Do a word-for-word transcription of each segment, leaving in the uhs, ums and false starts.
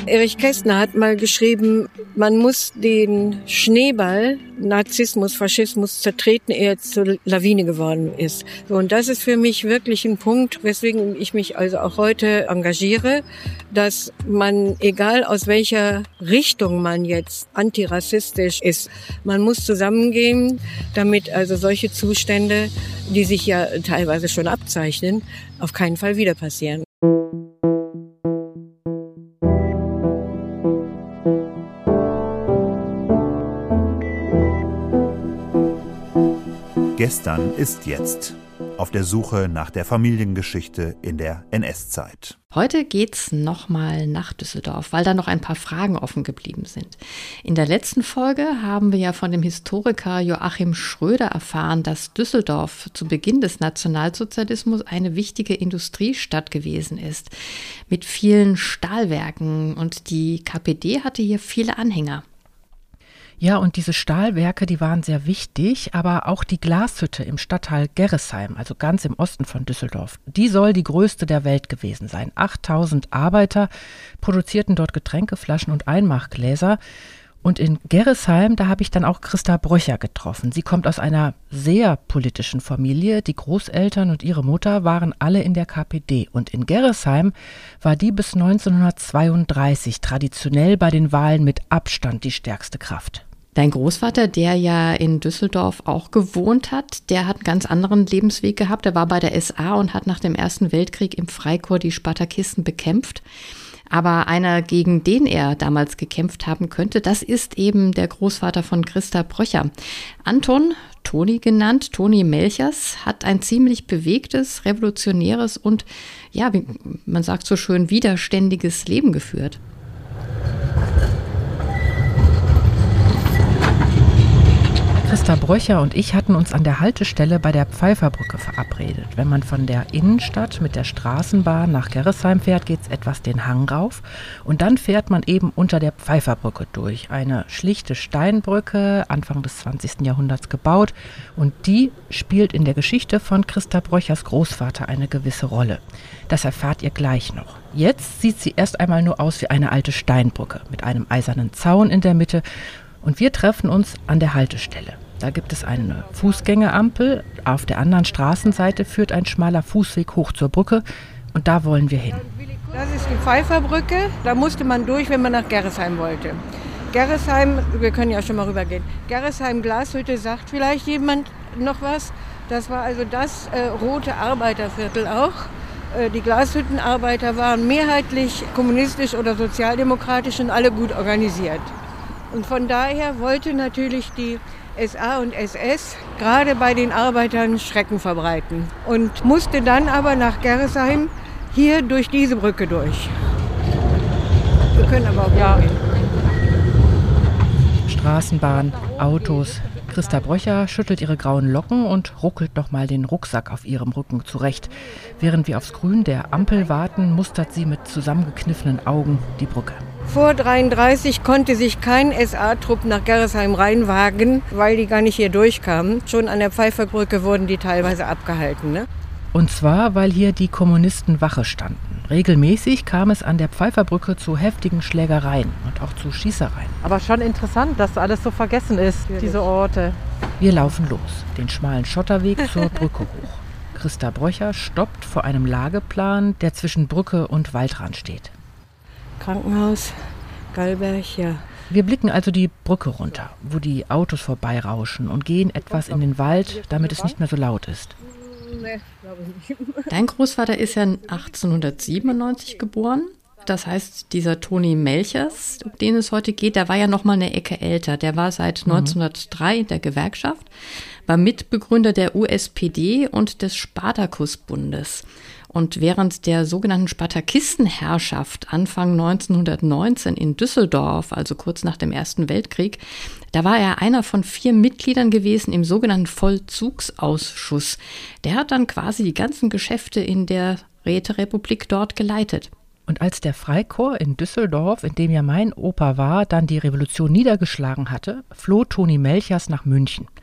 Erich Kästner hat mal geschrieben, man muss den Schneeball, Narzissmus, Faschismus zertreten, ehe er zur Lawine geworden ist. So, und das ist für mich wirklich ein Punkt, weswegen ich mich also auch heute engagiere, dass man, egal aus welcher Richtung man jetzt antirassistisch ist, man muss zusammengehen, damit also solche Zustände, die sich ja teilweise schon abzeichnen, auf keinen Fall wieder passieren. Gestern ist jetzt. Auf der Suche nach der Familiengeschichte in der N S-Zeit. Heute geht's nochmal nach Düsseldorf, weil da noch ein paar Fragen offen geblieben sind. In der letzten Folge haben wir ja von dem Historiker Joachim Schröder erfahren, dass Düsseldorf zu Beginn des Nationalsozialismus eine wichtige Industriestadt gewesen ist, mit vielen Stahlwerken, und die K P D hatte hier viele Anhänger. Ja, und diese Stahlwerke, die waren sehr wichtig, aber auch die Glashütte im Stadtteil Gerresheim, also ganz im Osten von Düsseldorf, die soll die größte der Welt gewesen sein. achttausend Arbeiter produzierten dort Getränkeflaschen und Einmachgläser. Und in Gerresheim, da habe ich dann auch Christa Bröcher getroffen. Sie kommt aus einer sehr politischen Familie. Die Großeltern und ihre Mutter waren alle in der K P D. Und in Gerresheim war die bis neunzehnhundertzweiunddreißig traditionell bei den Wahlen mit Abstand die stärkste Kraft. Dein Großvater, der ja in Düsseldorf auch gewohnt hat, der hat einen ganz anderen Lebensweg gehabt. Er war bei der S A und hat nach dem Ersten Weltkrieg im Freikorps die Spartakisten bekämpft. Aber einer, gegen den er damals gekämpft haben könnte, das ist eben der Großvater von Christa Bröcher. Anton, Toni genannt, Toni Melchers, hat ein ziemlich bewegtes, revolutionäres und, ja, wie man sagt so schön, widerständiges Leben geführt. Christa Bröcher und ich hatten uns an der Haltestelle bei der Pfeifferbrücke verabredet. Wenn man von der Innenstadt mit der Straßenbahn nach Gerresheim fährt, geht es etwas den Hang rauf. Und dann fährt man eben unter der Pfeifferbrücke durch. Eine schlichte Steinbrücke, Anfang des zwanzigsten Jahrhunderts gebaut. Und die spielt in der Geschichte von Christa Bröchers Großvater eine gewisse Rolle. Das erfahrt ihr gleich noch. Jetzt sieht sie erst einmal nur aus wie eine alte Steinbrücke mit einem eisernen Zaun in der Mitte. Und wir treffen uns an der Haltestelle. Da gibt es eine Fußgängerampel. Auf der anderen Straßenseite führt ein schmaler Fußweg hoch zur Brücke. Und da wollen wir hin. Das ist die Pfeifferbrücke. Da musste man durch, wenn man nach Gerresheim wollte. Gerresheim, wir können ja schon mal rübergehen. Gerresheim Glashütte, sagt vielleicht jemand noch was? Das war also das äh, rote Arbeiterviertel auch. Äh, die Glashüttenarbeiter waren mehrheitlich kommunistisch oder sozialdemokratisch und alle gut organisiert. Und von daher wollte natürlich die S A und S S gerade bei den Arbeitern Schrecken verbreiten und musste dann aber nach Gerresheim hier durch diese Brücke durch. Wir können aber auch ja. gehen. Straßenbahn, Autos. Christa Bröcher schüttelt ihre grauen Locken und ruckelt noch mal den Rucksack auf ihrem Rücken zurecht. Während wir aufs Grün der Ampel warten, mustert sie mit zusammengekniffenen Augen die Brücke. Vor dreiunddreißig konnte sich kein S A-Trupp nach Gerresheim reinwagen, weil die gar nicht hier durchkamen. Schon an der Pfeifferbrücke wurden die teilweise abgehalten, ne? Und zwar, weil hier die Kommunisten Wache standen. Regelmäßig kam es an der Pfeifferbrücke zu heftigen Schlägereien und auch zu Schießereien. Aber schon interessant, dass alles so vergessen ist, diese Orte. Wir laufen los, den schmalen Schotterweg zur Brücke hoch. Christa Bröcher stoppt vor einem Lageplan, der zwischen Brücke und Waldrand steht. Krankenhaus, Gallberg, ja. Wir blicken also die Brücke runter, wo die Autos vorbeirauschen und gehen etwas in den Wald, damit es nicht mehr so laut ist. Nee, glaube ich nicht. Dein Großvater ist ja achtzehnhundertsiebenundneunzig geboren. Das heißt, dieser Toni Melchers, um den es heute geht, der war ja noch mal eine Ecke älter. Der war seit neunzehnhundertdrei in der Gewerkschaft, war Mitbegründer der U S P D und des Spartakusbundes. Und während der sogenannten Spartakistenherrschaft Anfang neunzehnhundertneunzehn in Düsseldorf, also kurz nach dem Ersten Weltkrieg, da war er einer von vier Mitgliedern gewesen im sogenannten Vollzugsausschuss. Der hat dann quasi die ganzen Geschäfte in der Räterepublik dort geleitet. Und als der Freikorps in Düsseldorf, in dem ja mein Opa war, dann die Revolution niedergeschlagen hatte, floh Toni Melchers nach München.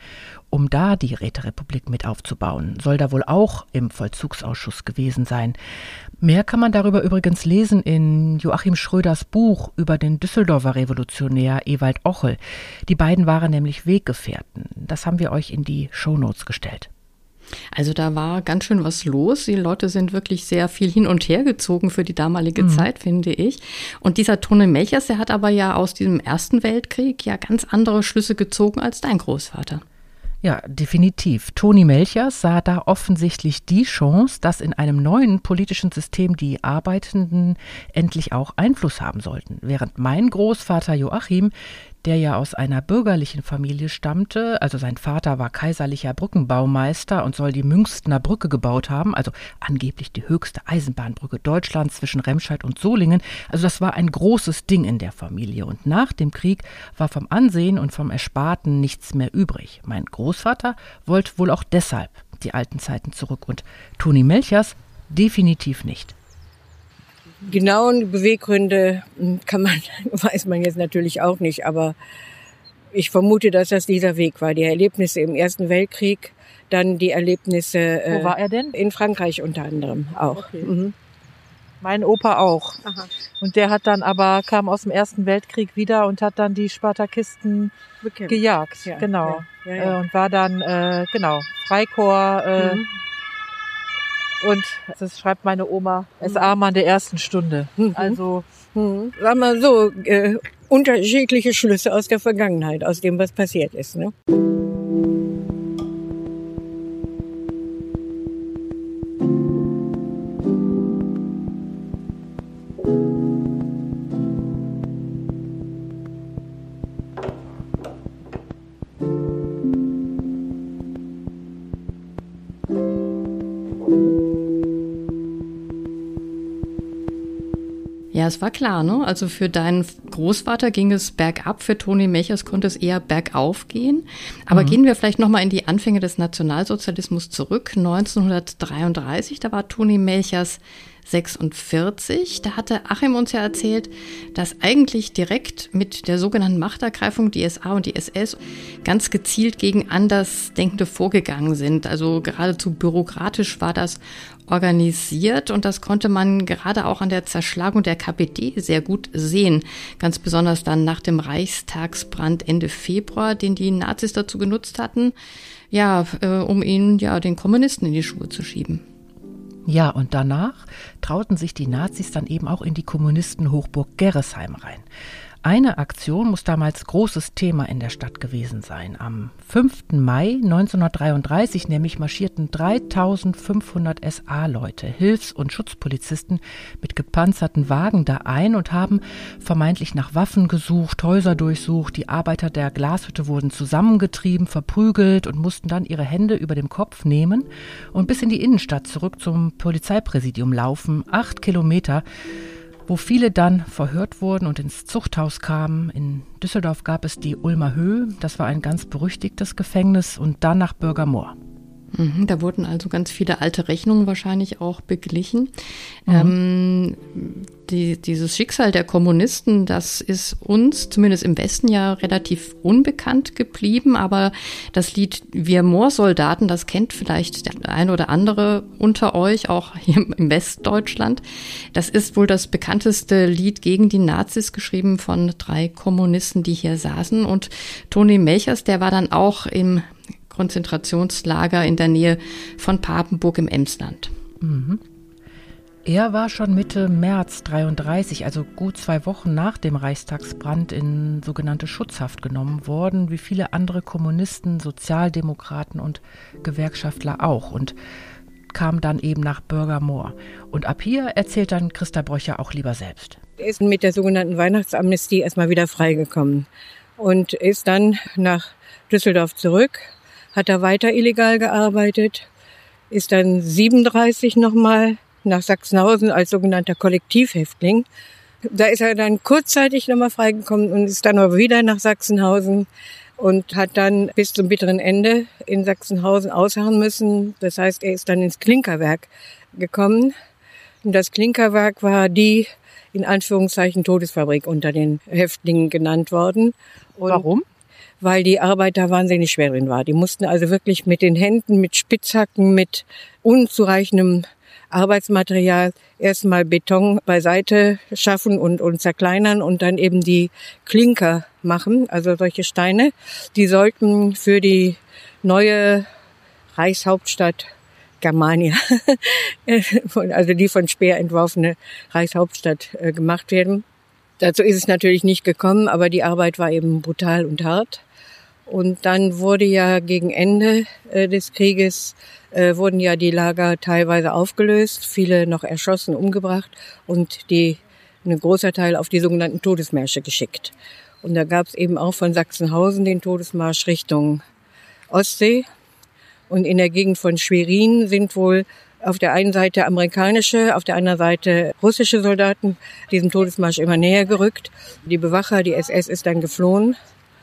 um da die Räterepublik mit aufzubauen. Soll da wohl auch im Vollzugsausschuss gewesen sein. Mehr kann man darüber übrigens lesen in Joachim Schröders Buch über den Düsseldorfer Revolutionär Ewald Ochel. Die beiden waren nämlich Weggefährten. Das haben wir euch in die Shownotes gestellt. Also da war ganz schön was los. Die Leute sind wirklich sehr viel hin und her gezogen für die damalige mhm. Zeit, finde ich. Und dieser Toni Melchers, der hat aber ja aus diesem Ersten Weltkrieg ja ganz andere Schlüsse gezogen als dein Großvater. Ja, definitiv. Toni Melchers sah da offensichtlich die Chance, dass in einem neuen politischen System die Arbeitenden endlich auch Einfluss haben sollten. Während mein Großvater Joachim, der ja aus einer bürgerlichen Familie stammte, also sein Vater war kaiserlicher Brückenbaumeister und soll die Münchstener Brücke gebaut haben, also angeblich die höchste Eisenbahnbrücke Deutschlands zwischen Remscheid und Solingen. Also das war ein großes Ding in der Familie. Und nach dem Krieg war vom Ansehen und vom Ersparten nichts mehr übrig. Mein Großvater wollte wohl auch deshalb die alten Zeiten zurück und Toni Melchers definitiv nicht. Genauen Beweggründe kann man, weiß man jetzt natürlich auch nicht, aber ich vermute, dass das dieser Weg war. Die Erlebnisse im Ersten Weltkrieg, dann die Erlebnisse Wo war er denn? In Frankreich unter anderem auch. Okay. Mhm. Mein Opa auch. Aha. Und der hat dann aber, kam aus dem Ersten Weltkrieg wieder und hat dann die Spartakisten Bekämpft. gejagt. Ja, genau. Ja, ja, ja. Äh, und war dann, äh, genau, Freikorps. Äh, Mhm. Und das schreibt meine Oma, S A-Mann der ersten Stunde. Mhm. Also, Mhm. Sagen wir so, äh, unterschiedliche Schlüsse aus der Vergangenheit, aus dem, was passiert ist, ne? Ja, es war klar, ne? Also für deinen Großvater ging es bergab, für Toni Melchers konnte es eher bergauf gehen. Aber mhm. gehen wir vielleicht nochmal in die Anfänge des Nationalsozialismus zurück. neunzehnhundertdreiunddreißig, da war Toni Melchers sechsundvierzig. Da hatte Achim uns ja erzählt, dass eigentlich direkt mit der sogenannten Machtergreifung die S A und die S S ganz gezielt gegen Andersdenkende vorgegangen sind. Also geradezu bürokratisch war das organisiert und das konnte man gerade auch an der Zerschlagung der K P D sehr gut sehen. Ganz besonders dann nach dem Reichstagsbrand Ende Februar, den die Nazis dazu genutzt hatten, ja, äh, um ihnen ja den Kommunisten in die Schuhe zu schieben. Ja, und danach trauten sich die Nazis dann eben auch in die Kommunistenhochburg Gerresheim rein. Eine Aktion muss damals großes Thema in der Stadt gewesen sein. Am fünften Mai neunzehnhundertdreiunddreißig nämlich marschierten dreitausendfünfhundert S A-Leute, Hilfs- und Schutzpolizisten mit gepanzerten Wagen da ein und haben vermeintlich nach Waffen gesucht, Häuser durchsucht. Die Arbeiter der Glashütte wurden zusammengetrieben, verprügelt und mussten dann ihre Hände über dem Kopf nehmen und bis in die Innenstadt zurück zum Polizeipräsidium laufen, acht Kilometer, wo viele dann verhört wurden und ins Zuchthaus kamen. In Düsseldorf gab es die Ulmer Höhe, das war ein ganz berüchtigtes Gefängnis, und dann nach Bürgermoor. Mhm, da wurden also ganz viele alte Rechnungen wahrscheinlich auch beglichen. Mhm. Ähm, die, dieses Schicksal der Kommunisten, das ist uns zumindest im Westen ja relativ unbekannt geblieben, aber das Lied Wir Moorsoldaten, das kennt vielleicht der eine oder andere unter euch, auch hier im Westdeutschland. Das ist wohl das bekannteste Lied gegen die Nazis, geschrieben von drei Kommunisten, die hier saßen. Und Toni Melchers, der war dann auch im Konzentrationslager in der Nähe von Papenburg im Emsland. Mhm. Er war schon Mitte März dreiunddreißig, also gut zwei Wochen nach dem Reichstagsbrand, in sogenannte Schutzhaft genommen worden, wie viele andere Kommunisten, Sozialdemokraten und Gewerkschaftler auch, und kam dann eben nach Bürgermoor. Und ab hier erzählt dann Christa Bröcher auch lieber selbst. Er ist mit der sogenannten Weihnachtsamnestie erstmal wieder freigekommen und ist dann nach Düsseldorf zurück, hat da weiter illegal gearbeitet, ist dann siebenunddreißig nochmal nach Sachsenhausen als sogenannter Kollektivhäftling. Da ist er dann kurzzeitig nochmal freigekommen und ist dann aber wieder nach Sachsenhausen und hat dann bis zum bitteren Ende in Sachsenhausen ausharren müssen. Das heißt, er ist dann ins Klinkerwerk gekommen. Und das Klinkerwerk war die, in Anführungszeichen, Todesfabrik unter den Häftlingen genannt worden. Und warum? weil die Arbeit da wahnsinnig schwer drin war. Die mussten also wirklich mit den Händen, mit Spitzhacken, mit unzureichendem Arbeitsmaterial erstmal Beton beiseite schaffen und, und zerkleinern und dann eben die Klinker machen, also solche Steine. Die sollten für die neue Reichshauptstadt Germania, also die von Speer entworfene Reichshauptstadt äh, gemacht werden. Dazu ist es natürlich nicht gekommen, aber die Arbeit war eben brutal und hart. Und dann wurde ja gegen Ende äh, des Krieges, äh, wurden ja die Lager teilweise aufgelöst, viele noch erschossen, umgebracht und die, ein großer Teil auf die sogenannten Todesmärsche geschickt. Und da gab es eben auch von Sachsenhausen den Todesmarsch Richtung Ostsee. Und in der Gegend von Schwerin sind wohl auf der einen Seite amerikanische, auf der anderen Seite russische Soldaten diesem Todesmarsch immer näher gerückt. Die Bewacher, die S S ist dann geflohen.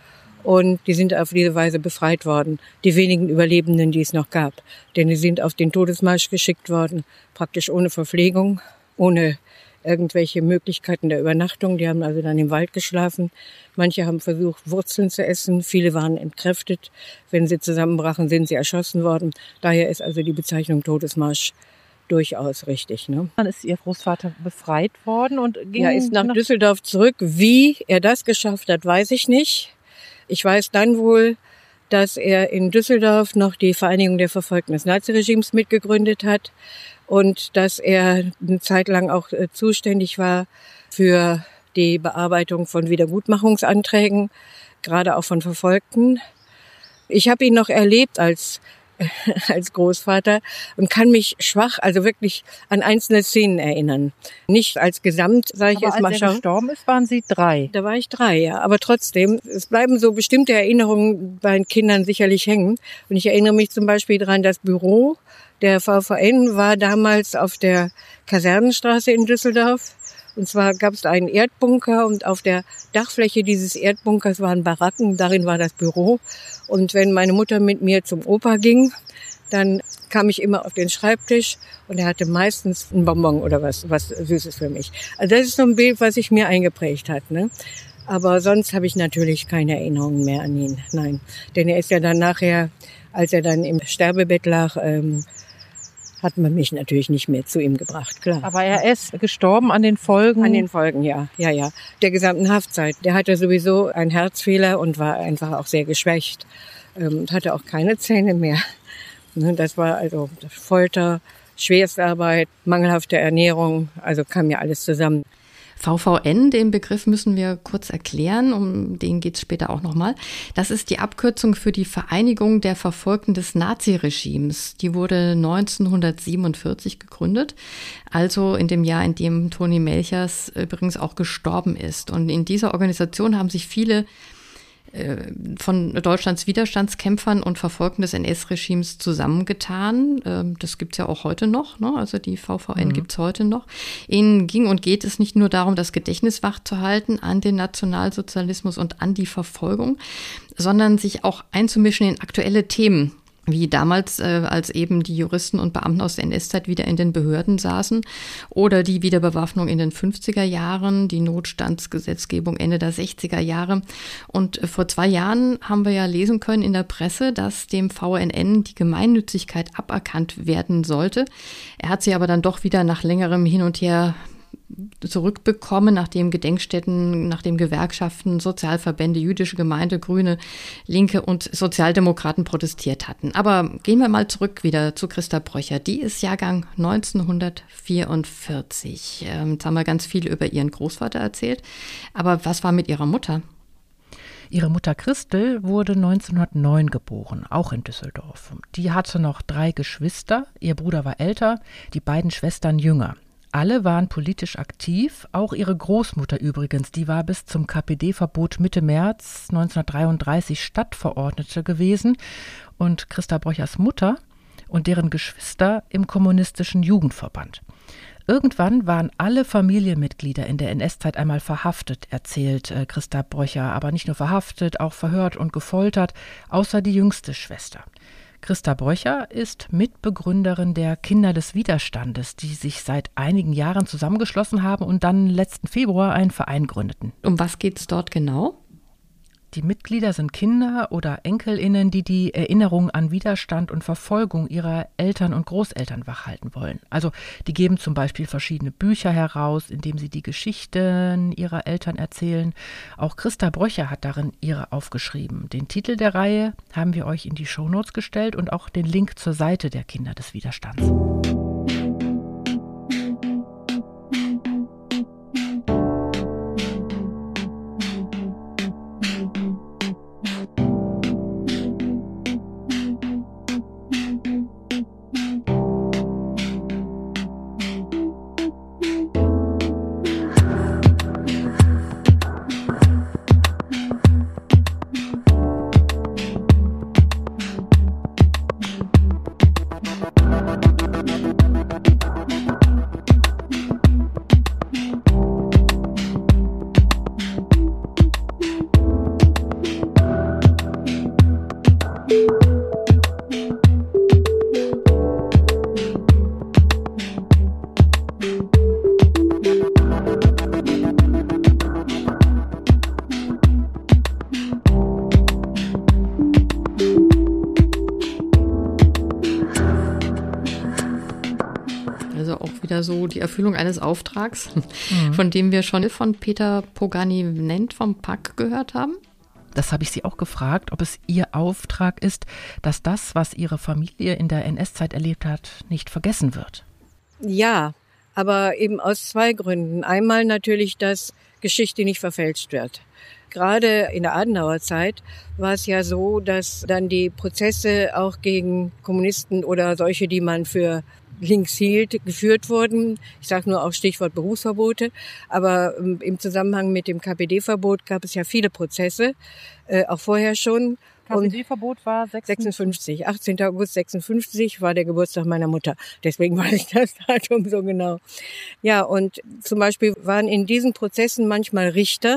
Und die sind auf diese Weise befreit worden, die wenigen Überlebenden, die es noch gab. Denn die sind auf den Todesmarsch geschickt worden, praktisch ohne Verpflegung, ohne irgendwelche Möglichkeiten der Übernachtung. Die haben also dann im Wald geschlafen. Manche haben versucht, Wurzeln zu essen. Viele waren entkräftet. Wenn sie zusammenbrachen, sind sie erschossen worden. Daher ist also die Bezeichnung Todesmarsch durchaus richtig. Ne? Dann ist Ihr Großvater befreit worden und ging er ist nach, nach Düsseldorf zurück. Wie er das geschafft hat, weiß ich nicht. Ich weiß dann wohl, dass er in Düsseldorf noch die Vereinigung der Verfolgten des Naziregimes mitgegründet hat und dass er eine Zeit lang auch äh, zuständig war für die Bearbeitung von Wiedergutmachungsanträgen, gerade auch von Verfolgten. Ich habe ihn noch erlebt als als Großvater und kann mich schwach, also wirklich an einzelne Szenen erinnern. Nicht als Gesamt, sage ich aber jetzt mal. Als er gestorben ist, waren Sie drei. Da war ich drei, ja. Aber trotzdem, es bleiben so bestimmte Erinnerungen bei den Kindern sicherlich hängen. Und ich erinnere mich zum Beispiel daran, das Büro der V V N war damals auf der Kasernenstraße in Düsseldorf. Und zwar gab es einen Erdbunker und auf der Dachfläche dieses Erdbunkers waren Baracken, darin war das Büro. Und wenn meine Mutter mit mir zum Opa ging, dann kam ich immer auf den Schreibtisch und er hatte meistens einen Bonbon oder was, was Süßes für mich. Also das ist so ein Bild, was sich mir eingeprägt hat, ne? Aber sonst habe ich natürlich keine Erinnerungen mehr an ihn, nein. Denn er ist ja dann nachher, als er dann im Sterbebett lag, ähm, hat man mich natürlich nicht mehr zu ihm gebracht, klar. Aber er ist gestorben an den Folgen? An den Folgen, ja, ja, ja. Der gesamten Haftzeit. Der hatte sowieso einen Herzfehler und war einfach auch sehr geschwächt. Und hatte auch keine Zähne mehr. Das war also Folter, Schwerstarbeit, mangelhafte Ernährung, also kam ja alles zusammen. V V N, den Begriff müssen wir kurz erklären, um den geht es später auch nochmal. Das ist die Abkürzung für die Vereinigung der Verfolgten des Naziregimes. Die wurde neunzehnhundertsiebenundvierzig gegründet, also in dem Jahr, in dem Toni Melchers übrigens auch gestorben ist. Und in dieser Organisation haben sich viele von Deutschlands Widerstandskämpfern und Verfolgten des N S-Regimes zusammengetan. Das gibt's ja auch heute noch, ne? Also die V V N mhm. gibt's heute noch. Ihnen ging und geht es nicht nur darum, das Gedächtnis wachzuhalten an den Nationalsozialismus und an die Verfolgung, sondern sich auch einzumischen in aktuelle Themen, wie damals, äh, als eben die Juristen und Beamten aus der N S-Zeit wieder in den Behörden saßen oder die Wiederbewaffnung in den fünfziger Jahren, die Notstandsgesetzgebung Ende der sechziger Jahre. Und äh, vor zwei Jahren haben wir ja lesen können in der Presse, dass dem V N N die Gemeinnützigkeit aberkannt werden sollte. Er hat sie aber dann doch wieder nach längerem Hin und Her zurückbekommen, nachdem Gedenkstätten, nachdem Gewerkschaften, Sozialverbände, jüdische Gemeinde, Grüne, Linke und Sozialdemokraten protestiert hatten. Aber gehen wir mal zurück wieder zu Christa Bröcher. Die ist Jahrgang neunzehnhundertvierundvierzig. Ähm, jetzt haben wir ganz viel über ihren Großvater erzählt. Aber was war mit ihrer Mutter? Ihre Mutter Christel wurde neunzehnhundertneun geboren, auch in Düsseldorf. Die hatte noch drei Geschwister. Ihr Bruder war älter, die beiden Schwestern jünger. Alle waren politisch aktiv, auch ihre Großmutter übrigens, die war bis zum K P D-Verbot Mitte März neunzehnhundertdreiunddreißig Stadtverordnete gewesen und Christa Bröchers Mutter und deren Geschwister im kommunistischen Jugendverband. Irgendwann waren alle Familienmitglieder in der N S-Zeit einmal verhaftet, erzählt äh, Christa Bröcher, aber nicht nur verhaftet, auch verhört und gefoltert, außer die jüngste Schwester. Christa Bröcher ist Mitbegründerin der Kinder des Widerstandes, die sich seit einigen Jahren zusammengeschlossen haben und dann letzten Februar einen Verein gründeten. Um was geht es dort genau? Die Mitglieder sind Kinder oder EnkelInnen, die die Erinnerung an Widerstand und Verfolgung ihrer Eltern und Großeltern wachhalten wollen. Also die geben zum Beispiel verschiedene Bücher heraus, in denen sie die Geschichten ihrer Eltern erzählen. Auch Christa Bröcher hat darin ihre aufgeschrieben. Den Titel der Reihe haben wir euch in die Shownotes gestellt und auch den Link zur Seite der Kinder des Widerstands. So die Erfüllung eines Auftrags, mhm. von dem wir schon von Peter Pogani-Nennt vom P A C gehört haben. Das habe ich sie auch gefragt, ob es ihr Auftrag ist, dass das, was ihre Familie in der N S-Zeit erlebt hat, nicht vergessen wird. Ja, aber eben aus zwei Gründen. Einmal natürlich, dass Geschichte nicht verfälscht wird. Gerade in der Adenauerzeit war es ja so, dass dann die Prozesse auch gegen Kommunisten oder solche, die man für links hielt, geführt wurden. Ich sage nur auch Stichwort Berufsverbote. Aber im Zusammenhang mit dem K P D-Verbot gab es ja viele Prozesse, äh, auch vorher schon. K P D-Verbot war sechsundfünfzig. achtzehnter August sechsundfünfzig war der Geburtstag meiner Mutter. Deswegen weiß ich das Datum so genau. Ja, und zum Beispiel waren in diesen Prozessen manchmal Richter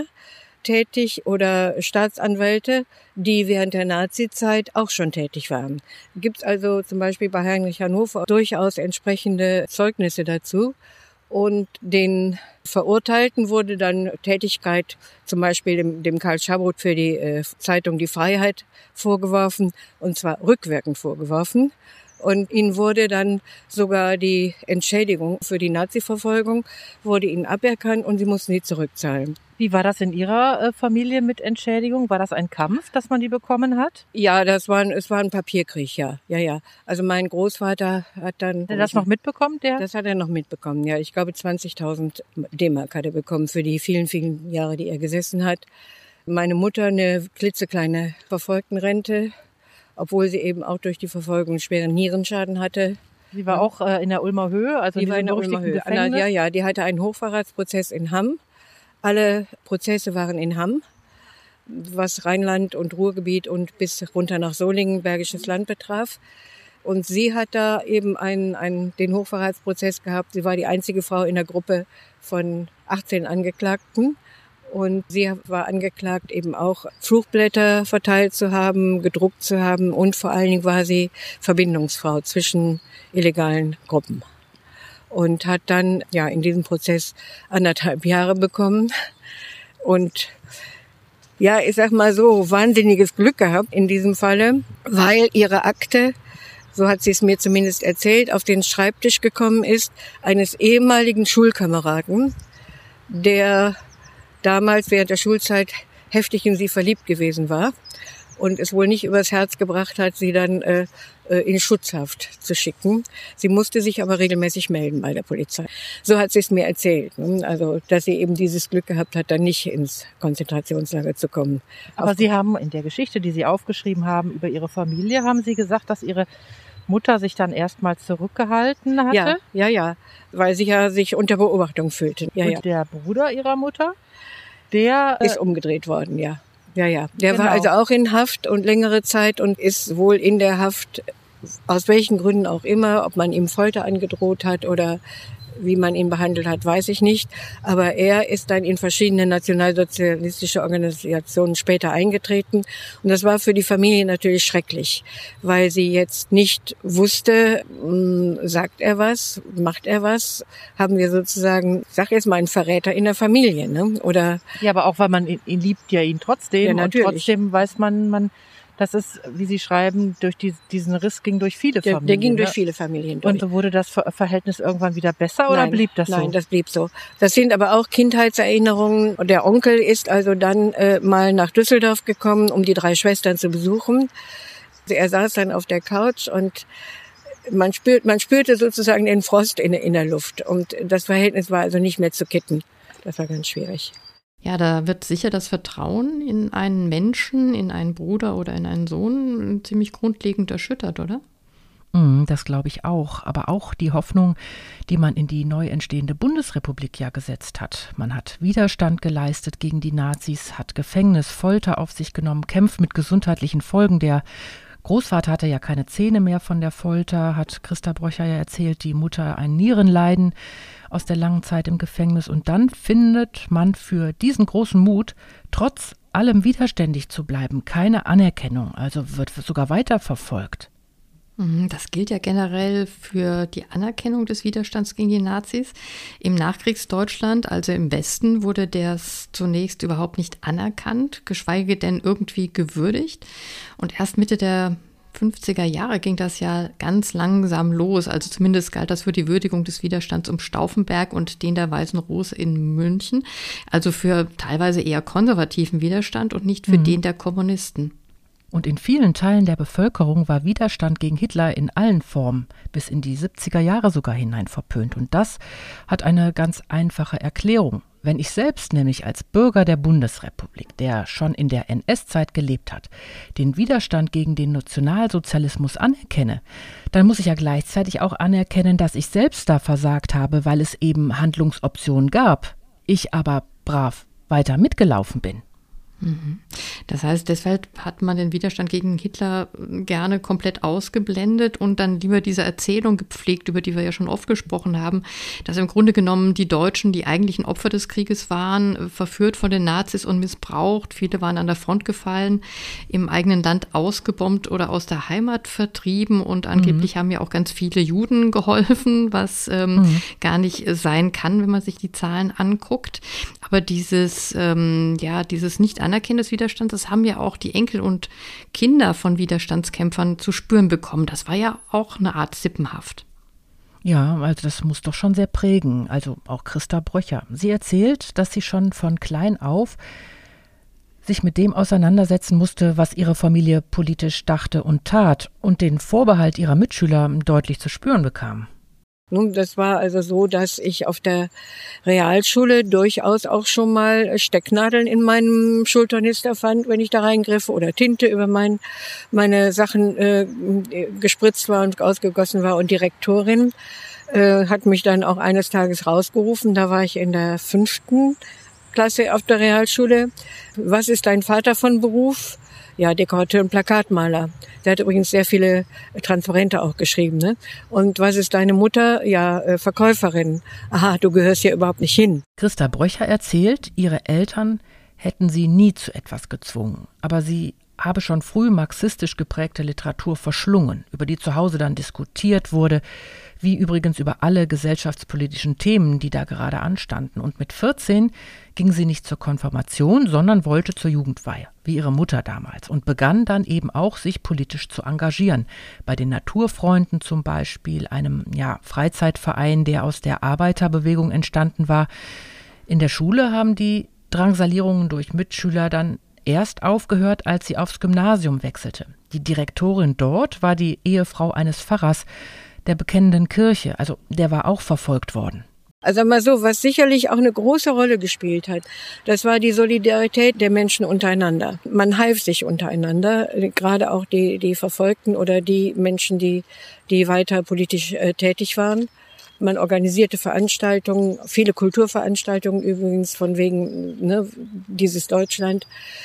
tätig oder Staatsanwälte, die während der Nazizeit auch schon tätig waren. Gibt es also zum Beispiel bei Heinrich Hannover durchaus entsprechende Zeugnisse dazu. Und den Verurteilten wurde dann Tätigkeit, zum Beispiel dem, dem Karl Schabroth für die äh, Zeitung Die Freiheit vorgeworfen, und zwar rückwirkend vorgeworfen. Und ihnen wurde dann sogar die Entschädigung für die Nazi-Verfolgung, wurde ihnen aberkannt und sie mussten die zurückzahlen. Wie war das in Ihrer äh, Familie mit Entschädigung? War das ein Kampf, dass man die bekommen hat? Ja, das war ein, es war ein Papierkrieg, ja. Ja, ja. Also mein Großvater hat dann... Hat er das noch mitbekommen, der? Das hat er noch mitbekommen, ja. Ich glaube zwanzigtausend D-Mark hat er bekommen für die vielen, vielen Jahre, die er gesessen hat. Meine Mutter eine klitzekleine Verfolgtenrente, obwohl sie eben auch durch die Verfolgung einen schweren Nierenschaden hatte. Sie war auch äh, in der Ulmer Höhe, also die war in der Ulmer Höhe. Gefängnis. Ja, ja, die hatte einen Hochverratsprozess in Hamm. Alle Prozesse waren in Hamm, was Rheinland und Ruhrgebiet und bis runter nach Solingen, Bergisches Land betraf. Und sie hat da eben einen, einen, den Hochverratsprozess gehabt. Sie war die einzige Frau in der Gruppe von achtzehn Angeklagten. Und sie war angeklagt, eben auch Flugblätter verteilt zu haben, gedruckt zu haben. Und vor allen Dingen war sie Verbindungsfrau zwischen illegalen Gruppen. Und hat dann ja in diesem Prozess anderthalb Jahre bekommen. Und ja, ich sag mal so, wahnsinniges Glück gehabt in diesem Falle, weil ihre Akte, so hat sie es mir zumindest erzählt, auf den Schreibtisch gekommen ist eines ehemaligen Schulkameraden, der damals während der Schulzeit heftig in sie verliebt gewesen war und es wohl nicht übers Herz gebracht hat, sie dann äh, in Schutzhaft zu schicken. Sie musste sich aber regelmäßig melden bei der Polizei. So hat sie es mir erzählt. Also, dass sie eben dieses Glück gehabt hat, dann nicht ins Konzentrationslager zu kommen. Aber Sie haben in der Geschichte, die Sie aufgeschrieben haben über Ihre Familie, haben Sie gesagt, dass Ihre Mutter sich dann erstmal zurückgehalten hatte? Ja, ja, ja, weil sie ja sich unter Beobachtung fühlte. Ja, und ja. Der Bruder Ihrer Mutter, der ist äh, umgedreht worden, ja. Ja, ja. Der genau. war also auch in Haft und längere Zeit und ist wohl in der Haft aus welchen Gründen auch immer, ob man ihm Folter angedroht hat oder wie man ihn behandelt hat, weiß ich nicht. Aber er ist dann in verschiedene nationalsozialistische Organisationen später eingetreten. Und das war für die Familie natürlich schrecklich, weil sie jetzt nicht wusste, mh, sagt er was, macht er was, haben wir sozusagen, ich sag jetzt mal, einen Verräter in der Familie, ne? Oder ja, aber auch weil man ihn, ihn liebt ja ihn trotzdem. Ja, natürlich. Und trotzdem weiß man, man das ist, wie Sie schreiben, durch die, diesen Riss ging durch viele der, Familien. der ging ne? durch viele Familien durch. Und wurde das Ver- Verhältnis irgendwann wieder besser oder Nein, blieb das so? Nein, das blieb so. Das sind aber auch Kindheitserinnerungen. Und der Onkel ist also dann äh, mal nach Düsseldorf gekommen, um die drei Schwestern zu besuchen. Er saß dann auf der Couch und man spürt, man spürte sozusagen den Frost in, in der Luft. Und das Verhältnis war also nicht mehr zu kitten. Das war ganz schwierig. Ja, da wird sicher das Vertrauen in einen Menschen, in einen Bruder oder in einen Sohn ziemlich grundlegend erschüttert, oder? Das glaube ich auch. Aber auch die Hoffnung, die man in die neu entstehende Bundesrepublik ja gesetzt hat. Man hat Widerstand geleistet gegen die Nazis, hat Gefängnis, Folter auf sich genommen, kämpft mit gesundheitlichen Folgen. Der Großvater hatte ja keine Zähne mehr von der Folter, hat Christa Breucher ja erzählt, die Mutter ein Nierenleiden aus der langen Zeit im Gefängnis. Und dann findet man für diesen großen Mut, trotz allem widerständig zu bleiben, keine Anerkennung, also wird sogar weiter verfolgt. Das gilt ja generell für die Anerkennung des Widerstands gegen die Nazis. Im Nachkriegsdeutschland, also im Westen, wurde das zunächst überhaupt nicht anerkannt, geschweige denn irgendwie gewürdigt. Und erst Mitte der fünfziger Jahre ging das ja ganz langsam los. Also zumindest galt das für die Würdigung des Widerstands um Stauffenberg und den der Weißen Rose in München. Also für teilweise eher konservativen Widerstand und nicht für mhm. den der Kommunisten. Und in vielen Teilen der Bevölkerung war Widerstand gegen Hitler in allen Formen bis in die siebziger Jahre sogar hinein verpönt. Und das hat eine ganz einfache Erklärung. Wenn ich selbst nämlich als Bürger der Bundesrepublik, der schon in der N S-Zeit gelebt hat, den Widerstand gegen den Nationalsozialismus anerkenne, dann muss ich ja gleichzeitig auch anerkennen, dass ich selbst da versagt habe, weil es eben Handlungsoptionen gab. Ich aber brav weiter mitgelaufen bin. Das heißt, deshalb hat man den Widerstand gegen Hitler gerne komplett ausgeblendet und dann lieber diese Erzählung gepflegt, über die wir ja schon oft gesprochen haben, dass im Grunde genommen die Deutschen die eigentlichen Opfer des Krieges waren, verführt von den Nazis und missbraucht. Viele waren an der Front gefallen, im eigenen Land ausgebombt oder aus der Heimat vertrieben und angeblich mhm. haben ja auch ganz viele Juden geholfen, was ähm, mhm. gar nicht sein kann, wenn man sich die Zahlen anguckt. Aber dieses, ähm, ja, dieses Nicht-Anerkennen des Widerstands, das haben ja auch die Enkel und Kinder von Widerstandskämpfern zu spüren bekommen. Das war ja auch eine Art Sippenhaft. Ja, also das muss doch schon sehr prägen. Also auch Christa Breucher. Sie erzählt, dass sie schon von klein auf sich mit dem auseinandersetzen musste, was ihre Familie politisch dachte und tat und den Vorbehalt ihrer Mitschüler deutlich zu spüren bekam. Nun, das war also so, dass ich auf der Realschule durchaus auch schon mal Stecknadeln in meinem Schultornister fand, wenn ich da reingriff, oder Tinte über mein, meine Sachen äh, gespritzt war und ausgegossen war. Und die Rektorin äh, hat mich dann auch eines Tages rausgerufen. Da war ich in der fünften Klasse auf der Realschule. Was ist dein Vater von Beruf? Ja, Dekorateur und Plakatmaler. Der hat übrigens sehr viele Transparente auch geschrieben, ne? Und was ist deine Mutter? Ja, äh, Verkäuferin. Aha, du gehörst hier überhaupt nicht hin. Christa Breucher erzählt, ihre Eltern hätten sie nie zu etwas gezwungen. Aber sie habe schon früh marxistisch geprägte Literatur verschlungen, über die zu Hause dann diskutiert wurde, wie übrigens über alle gesellschaftspolitischen Themen, die da gerade anstanden. Und mit vierzehn ging sie nicht zur Konfirmation, sondern wollte zur Jugendweihe, wie ihre Mutter damals, und begann dann eben auch, sich politisch zu engagieren. Bei den Naturfreunden zum Beispiel, einem ja, Freizeitverein, der aus der Arbeiterbewegung entstanden war. In der Schule haben die Drangsalierungen durch Mitschüler dann erst aufgehört, als sie aufs Gymnasium wechselte. Die Direktorin dort war die Ehefrau eines Pfarrers der bekennenden Kirche, also der war auch verfolgt worden. Also mal so, was sicherlich auch eine große Rolle gespielt hat, das war die Solidarität der Menschen untereinander. Man half sich untereinander, gerade auch die, die Verfolgten oder die Menschen, die, die weiter politisch äh, tätig waren. Man organisierte Veranstaltungen, viele Kulturveranstaltungen übrigens von wegen ne, dieses Deutschland.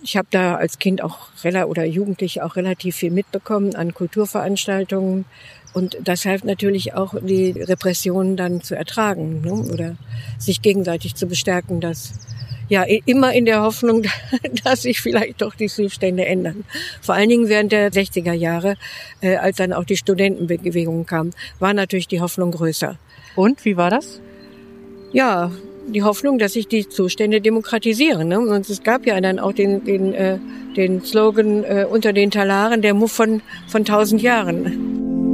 Ich habe da als Kind auch oder Jugendliche auch relativ viel mitbekommen an Kulturveranstaltungen. Und das hilft natürlich auch, die Repressionen dann zu ertragen, ne? Oder sich gegenseitig zu bestärken, dass ja immer in der Hoffnung, dass sich vielleicht doch die Zustände ändern. Vor allen Dingen während der sechziger Jahre, äh, als dann auch die Studentenbewegung kam, war natürlich die Hoffnung größer. Und wie war das? Ja, die Hoffnung, dass sich die Zustände demokratisieren. Ne? Und es gab ja dann auch den, den, äh, den Slogan äh, unter den Talaren, der Muff von, von tausend Jahren.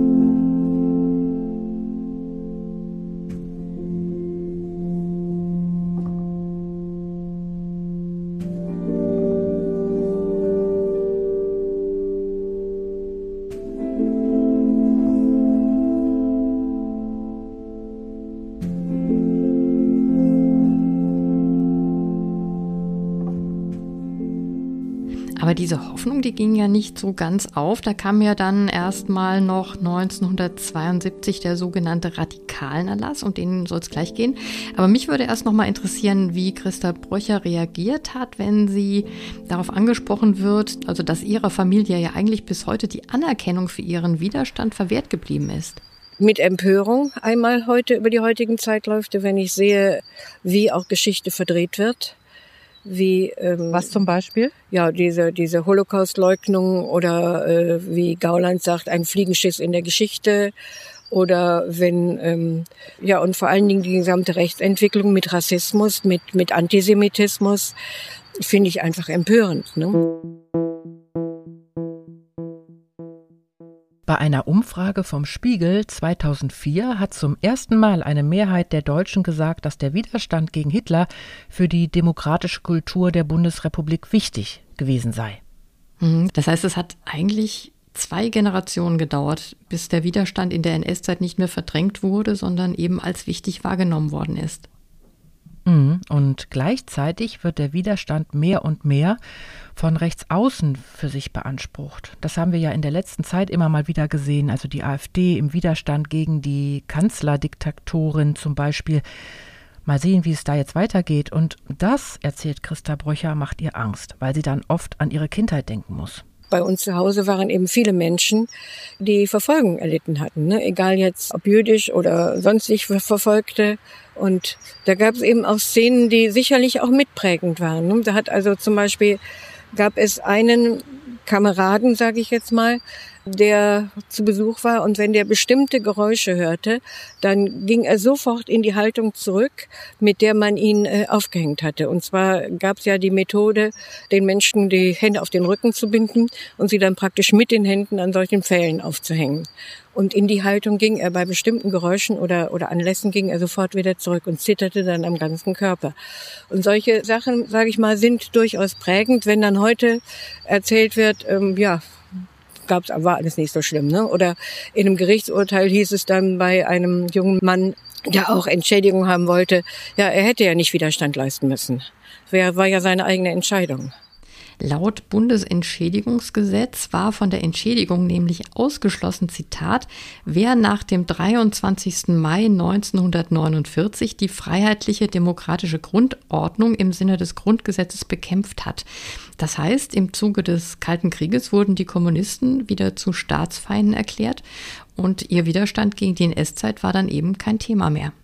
Aber diese Hoffnung, die ging ja nicht so ganz auf. Da kam ja dann erstmal noch neunzehnhundertzweiundsiebzig der sogenannte Radikalenerlass, um den soll es gleich gehen. Aber mich würde erst noch mal interessieren, wie Christa Bröcher reagiert hat, wenn sie darauf angesprochen wird, also dass ihrer Familie ja eigentlich bis heute die Anerkennung für ihren Widerstand verwehrt geblieben ist. Mit Empörung einmal heute über die heutigen Zeitläufe, wenn ich sehe, wie auch Geschichte verdreht wird. Wie, ähm, was zum Beispiel? Ja, diese, diese Holocaust-Leugnung oder äh, wie Gauland sagt, ein Fliegenschiss in der Geschichte. Oder wenn, ähm, ja, und vor allen Dingen die gesamte Rechtsentwicklung mit Rassismus, mit, mit Antisemitismus, finde ich einfach empörend, ne? Bei einer Umfrage vom Spiegel zweitausendvier hat zum ersten Mal eine Mehrheit der Deutschen gesagt, dass der Widerstand gegen Hitler für die demokratische Kultur der Bundesrepublik wichtig gewesen sei. Das heißt, es hat eigentlich zwei Generationen gedauert, bis der Widerstand in der N S-Zeit nicht mehr verdrängt wurde, sondern eben als wichtig wahrgenommen worden ist. Und gleichzeitig wird der Widerstand mehr und mehr von rechts außen für sich beansprucht. Das haben wir ja in der letzten Zeit immer mal wieder gesehen. Also die AfD im Widerstand gegen die Kanzlerdiktatorin zum Beispiel. Mal sehen, wie es da jetzt weitergeht. Und das, erzählt Christa Bröcher, macht ihr Angst, weil sie dann oft an ihre Kindheit denken muss. Bei uns zu Hause waren eben viele Menschen, die Verfolgung erlitten hatten, ne? Egal jetzt ob jüdisch oder sonstig Verfolgte. Und da gab es eben auch Szenen, die sicherlich auch mitprägend waren. Ne? Da hat also zum Beispiel, gab es einen Kameraden, sage ich jetzt mal, der zu Besuch war, und wenn der bestimmte Geräusche hörte, dann ging er sofort in die Haltung zurück, mit der man ihn äh, aufgehängt hatte. Und zwar gab es ja die Methode, den Menschen die Hände auf den Rücken zu binden und sie dann praktisch mit den Händen an solchen Pfählen aufzuhängen. Und in die Haltung ging er bei bestimmten Geräuschen oder oder Anlässen ging er sofort wieder zurück und zitterte dann am ganzen Körper. Und solche Sachen, sage ich mal, sind durchaus prägend, wenn dann heute erzählt wird, ähm, ja, gab's, war alles nicht so schlimm, ne? Oder in einem Gerichtsurteil hieß es dann bei einem jungen Mann, der auch Entschädigung haben wollte, ja, er hätte ja nicht Widerstand leisten müssen. Das war ja seine eigene Entscheidung. Laut Bundesentschädigungsgesetz war von der Entschädigung nämlich ausgeschlossen, Zitat, wer nach dem dreiundzwanzigsten Mai neunzehnhundertneunundvierzig die freiheitliche demokratische Grundordnung im Sinne des Grundgesetzes bekämpft hat. Das heißt, im Zuge des Kalten Krieges wurden die Kommunisten wieder zu Staatsfeinden erklärt und ihr Widerstand gegen die N S-Zeit war dann eben kein Thema mehr.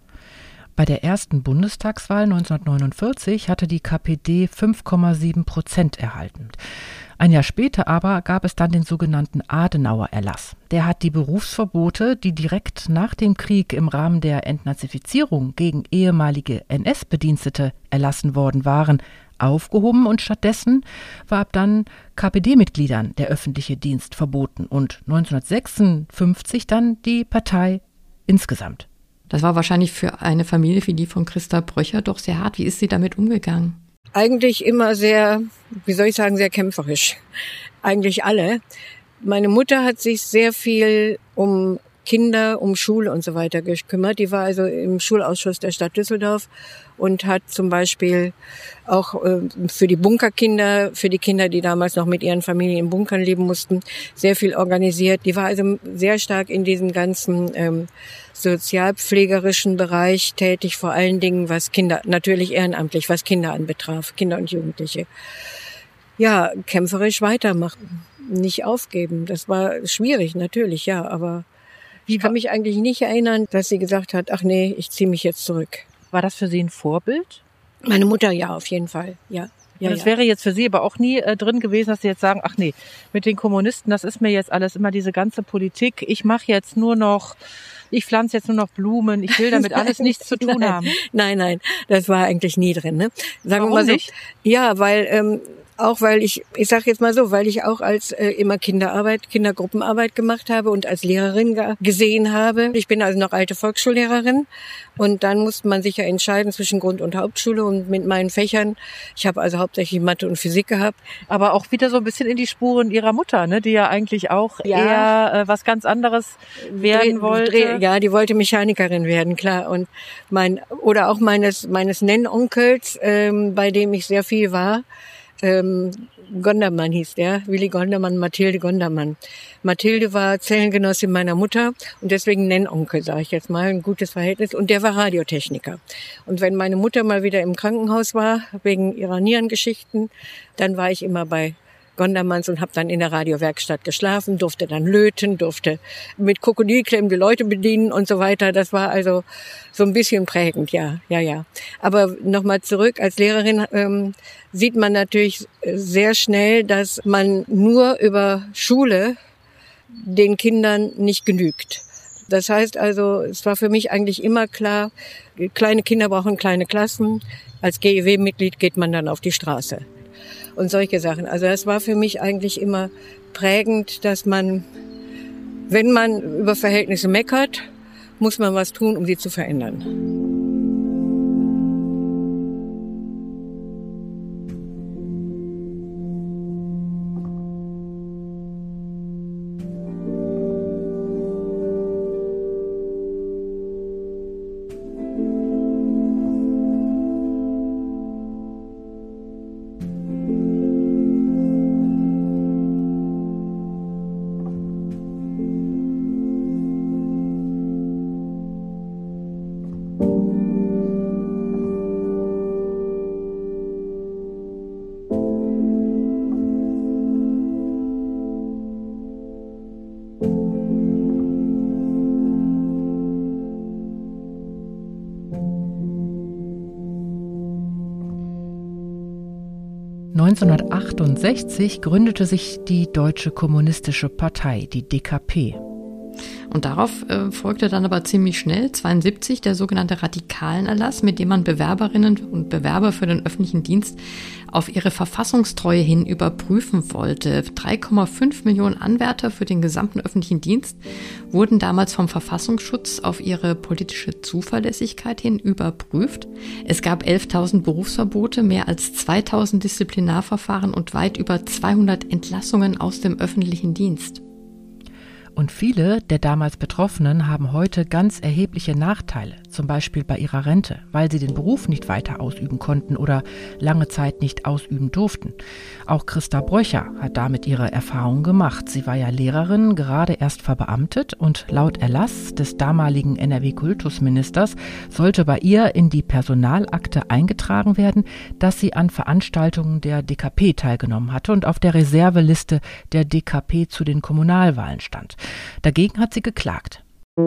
Bei der ersten Bundestagswahl neunzehnhundertneunundvierzig hatte die K P D fünf Komma sieben Prozent erhalten. Ein Jahr später aber gab es dann den sogenannten Adenauer-Erlass. Der hat die Berufsverbote, die direkt nach dem Krieg im Rahmen der Entnazifizierung gegen ehemalige N S-Bedienstete erlassen worden waren, aufgehoben, und stattdessen war ab dann K P D-Mitgliedern der öffentliche Dienst verboten und neunzehnhundertsechsundfünfzig dann die Partei insgesamt. Das war wahrscheinlich für eine Familie wie die von Christa Bröcher doch sehr hart. Wie ist sie damit umgegangen? Eigentlich immer sehr, wie soll ich sagen, sehr kämpferisch. Eigentlich alle. Meine Mutter hat sich sehr viel um Kinder, um Schule und so weiter gekümmert. Die war also im Schulausschuss der Stadt Düsseldorf und hat zum Beispiel auch äh, für die Bunkerkinder, für die Kinder, die damals noch mit ihren Familien in Bunkern leben mussten, sehr viel organisiert. Die war also sehr stark in diesem ganzen ähm, sozialpflegerischen Bereich tätig, vor allen Dingen was Kinder, natürlich ehrenamtlich, was Kinder anbetraf, Kinder und Jugendliche. ja, kämpferisch weitermachen, nicht aufgeben. Das war schwierig, natürlich, ja, aber ich kann mich eigentlich nicht erinnern, dass sie gesagt hat, ach nee, ich ziehe mich jetzt zurück. War das für Sie ein Vorbild? Meine Mutter, ja, auf jeden Fall, ja. Ja, das ja. wäre jetzt für Sie aber auch nie äh, drin gewesen, dass Sie jetzt sagen, ach nee, mit den Kommunisten, das ist mir jetzt alles immer diese ganze Politik. Ich mache jetzt nur noch, ich pflanze jetzt nur noch Blumen. Ich will damit alles nichts zu tun nein, haben. Nein, nein, das war eigentlich nie drin. Ne? Sagen Warum wir mal so, nicht? Ja, weil ähm, auch weil ich, ich sage jetzt mal so, weil ich auch als äh, immer Kinderarbeit, Kindergruppenarbeit gemacht habe und als Lehrerin ge- gesehen habe. Ich bin also noch alte Volksschullehrerin und dann musste man sich ja entscheiden zwischen Grund- und Hauptschule und mit meinen Fächern. Ich habe also hauptsächlich Mathe und Physik gehabt. Aber auch wieder so ein bisschen in die Spuren Ihrer Mutter, ne, die ja eigentlich auch Ja. eher äh, was ganz anderes werden Dreh- wollte. Dreh- Ja, die wollte Mechanikerin werden, klar. Und mein oder auch meines meines Nennonkels, ähm, bei dem ich sehr viel war. Ähm, Gondermann hieß der, Willi Gondermann, Mathilde Gondermann. Mathilde war Zellengenossin meiner Mutter und deswegen Nennonkel, sage ich jetzt mal, ein gutes Verhältnis. Und der war Radiotechniker. Und wenn meine Mutter mal wieder im Krankenhaus war, wegen ihrer Nierengeschichten, dann war ich immer bei Gondermanns und habe dann in der Radiowerkstatt geschlafen, durfte dann löten, durfte mit Krokodilklemmen die Leute bedienen und so weiter. Das war also so ein bisschen prägend, ja, ja, ja. Aber nochmal zurück, als Lehrerin ähm, sieht man natürlich sehr schnell, dass man nur über Schule den Kindern nicht genügt. Das heißt also, es war für mich eigentlich immer klar, kleine Kinder brauchen kleine Klassen. Als G E W-Mitglied geht man dann auf die Straße. Und solche Sachen. Also das war für mich eigentlich immer prägend, dass man, wenn man über Verhältnisse meckert, muss man was tun, um sie zu verändern. neunzehnhundertachtundsechzig gründete sich die Deutsche Kommunistische Partei, die D K P. Und darauf äh, folgte dann aber ziemlich schnell, zweiundsiebzig, der sogenannte Radikalenerlass, mit dem man Bewerberinnen und Bewerber für den öffentlichen Dienst auf ihre Verfassungstreue hin überprüfen wollte. drei Komma fünf Millionen Anwärter für den gesamten öffentlichen Dienst wurden damals vom Verfassungsschutz auf ihre politische Zuverlässigkeit hin überprüft. Es gab elftausend Berufsverbote, mehr als zweitausend Disziplinarverfahren und weit über zweihundert Entlassungen aus dem öffentlichen Dienst. Und viele der damals Betroffenen haben heute ganz erhebliche Nachteile, zum Beispiel bei ihrer Rente, weil sie den Beruf nicht weiter ausüben konnten oder lange Zeit nicht ausüben durften. Auch Christa Bröcher hat damit ihre Erfahrungen gemacht. Sie war ja Lehrerin, gerade erst verbeamtet und laut Erlass des damaligen N R W-Kultusministers sollte bei ihr in die Personalakte eingetragen werden, dass sie an Veranstaltungen der D K P teilgenommen hatte und auf der Reserveliste der D K P zu den Kommunalwahlen stand. Dagegen hat sie geklagt.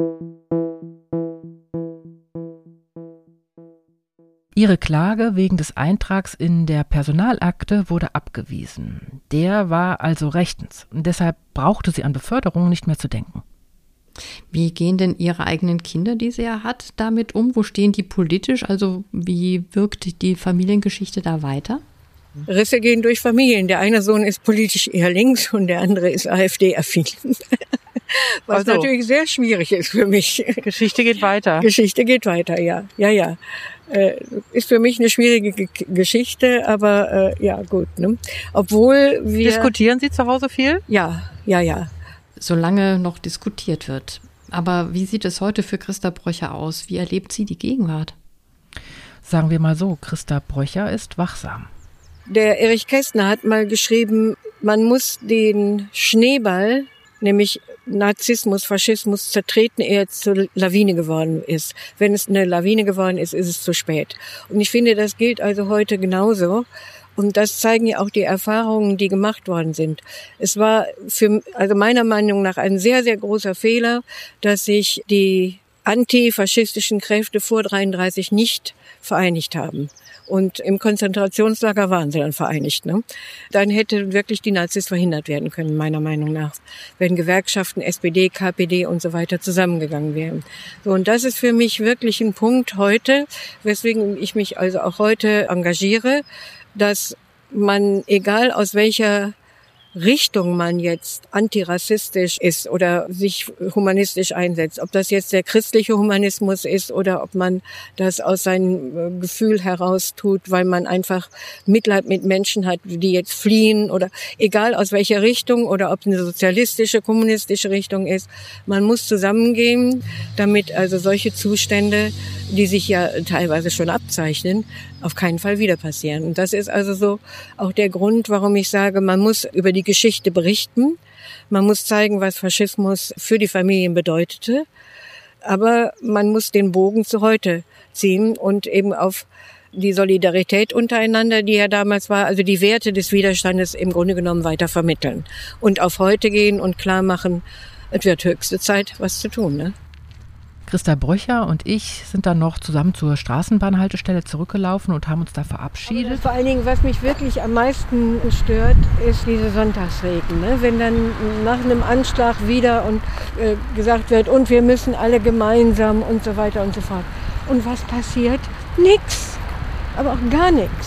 Ihre Klage wegen des Eintrags in der Personalakte wurde abgewiesen. Der war also rechtens. Und deshalb brauchte sie an Beförderung nicht mehr zu denken. Wie gehen denn Ihre eigenen Kinder, die sie ja hat, damit um? Wo stehen die politisch? Also wie wirkt die Familiengeschichte da weiter? Risse gehen durch Familien. Der eine Sohn ist politisch eher links und der andere ist AfD-affin. Was also, natürlich sehr schwierig ist für mich. Geschichte geht weiter. Geschichte geht weiter, ja. Ja, ja. Äh, ist für mich eine schwierige G- Geschichte, aber äh, ja, gut. Ne? Obwohl wir... Diskutieren Sie zu Hause viel? Ja, ja, ja. Solange noch diskutiert wird. Aber wie sieht es heute für Christa Bröcher aus? Wie erlebt sie die Gegenwart? Sagen wir mal so, Christa Bröcher ist wachsam. Der Erich Kästner hat mal geschrieben, man muss den Schneeball, nämlich Narzissmus, Faschismus, zertreten, ehe er zur Lawine geworden ist. Wenn es eine Lawine geworden ist, ist es zu spät. Und ich finde, das gilt also heute genauso. Und das zeigen ja auch die Erfahrungen, die gemacht worden sind. Es war für, also meiner Meinung nach ein sehr, sehr großer Fehler, dass sich die antifaschistischen Kräfte vor dreiunddreißig nicht vereinigt haben. Und im Konzentrationslager waren sie dann vereinigt. Ne? Dann hätte wirklich die Nazis verhindert werden können, meiner Meinung nach, wenn Gewerkschaften, S P D, K P D und so weiter zusammengegangen wären. So, und das ist für mich wirklich ein Punkt heute, weswegen ich mich also auch heute engagiere, dass man, egal aus welcher Richtung man jetzt antirassistisch ist oder sich humanistisch einsetzt, ob das jetzt der christliche Humanismus ist oder ob man das aus seinem Gefühl heraus tut, weil man einfach Mitleid mit Menschen hat, die jetzt fliehen, oder egal aus welcher Richtung oder ob es eine sozialistische, kommunistische Richtung ist, man muss zusammengehen, damit also solche Zustände, die sich ja teilweise schon abzeichnen, auf keinen Fall wieder passieren. Und das ist also so auch der Grund, warum ich sage, man muss über die Geschichte berichten. Man muss zeigen, was Faschismus für die Familien bedeutete. Aber man muss den Bogen zu heute ziehen und eben auf die Solidarität untereinander, die ja damals war, also die Werte des Widerstandes im Grunde genommen weiter vermitteln. Und auf heute gehen und klar machen, es wird höchste Zeit, was zu tun, ne? Christa Bröcher und ich sind dann noch zusammen zur Straßenbahnhaltestelle zurückgelaufen und haben uns da verabschiedet. Vor allen Dingen, was mich wirklich am meisten stört, ist diese Sonntagsreden. Ne? Wenn dann nach einem Anschlag wieder und äh, gesagt wird, und wir müssen alle gemeinsam und so weiter und so fort. Und was passiert? Nix. Aber auch gar nichts.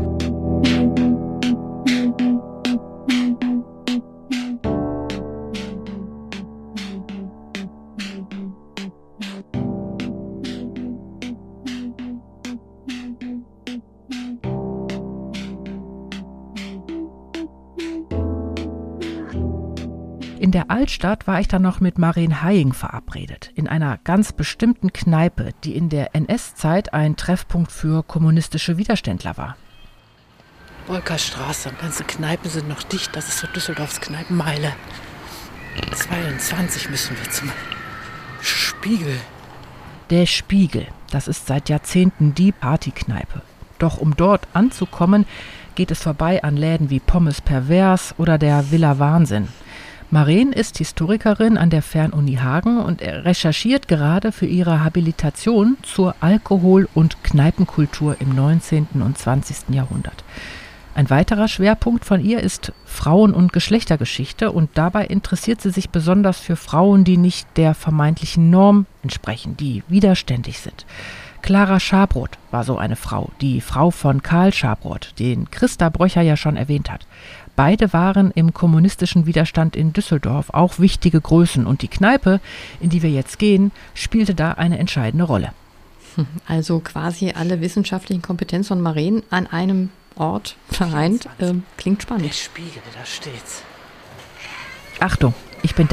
In der Altstadt war ich dann noch mit Maren Haying verabredet, in einer ganz bestimmten Kneipe, die in der N S-Zeit ein Treffpunkt für kommunistische Widerständler war. Wolkerstraße, ganze Kneipen sind noch dicht, das ist so Düsseldorfs Kneipenmeile. zweiundzwanzig müssen wir zum Spiegel. Der Spiegel, das ist seit Jahrzehnten die Partykneipe. Doch um dort anzukommen, geht es vorbei an Läden wie Pommes Pervers oder der Villa Wahnsinn. Maren ist Historikerin an der Fernuni Hagen und recherchiert gerade für ihre Habilitation zur Alkohol- und Kneipenkultur im neunzehnten und zwanzigsten Jahrhundert. Ein weiterer Schwerpunkt von ihr ist Frauen- und Geschlechtergeschichte und dabei interessiert sie sich besonders für Frauen, die nicht der vermeintlichen Norm entsprechen, die widerständig sind. Clara Schabroth war so eine Frau, die Frau von Karl Schabroth, den Christa Bröcher ja schon erwähnt hat. Beide waren im kommunistischen Widerstand in Düsseldorf auch wichtige Größen und die Kneipe, in die wir jetzt gehen, spielte da eine entscheidende Rolle. Also quasi alle wissenschaftlichen Kompetenzen von Maren an einem Ort vereint. Ähm, klingt spannend. Der Spiegel, da steht's. Achtung, ich bin da.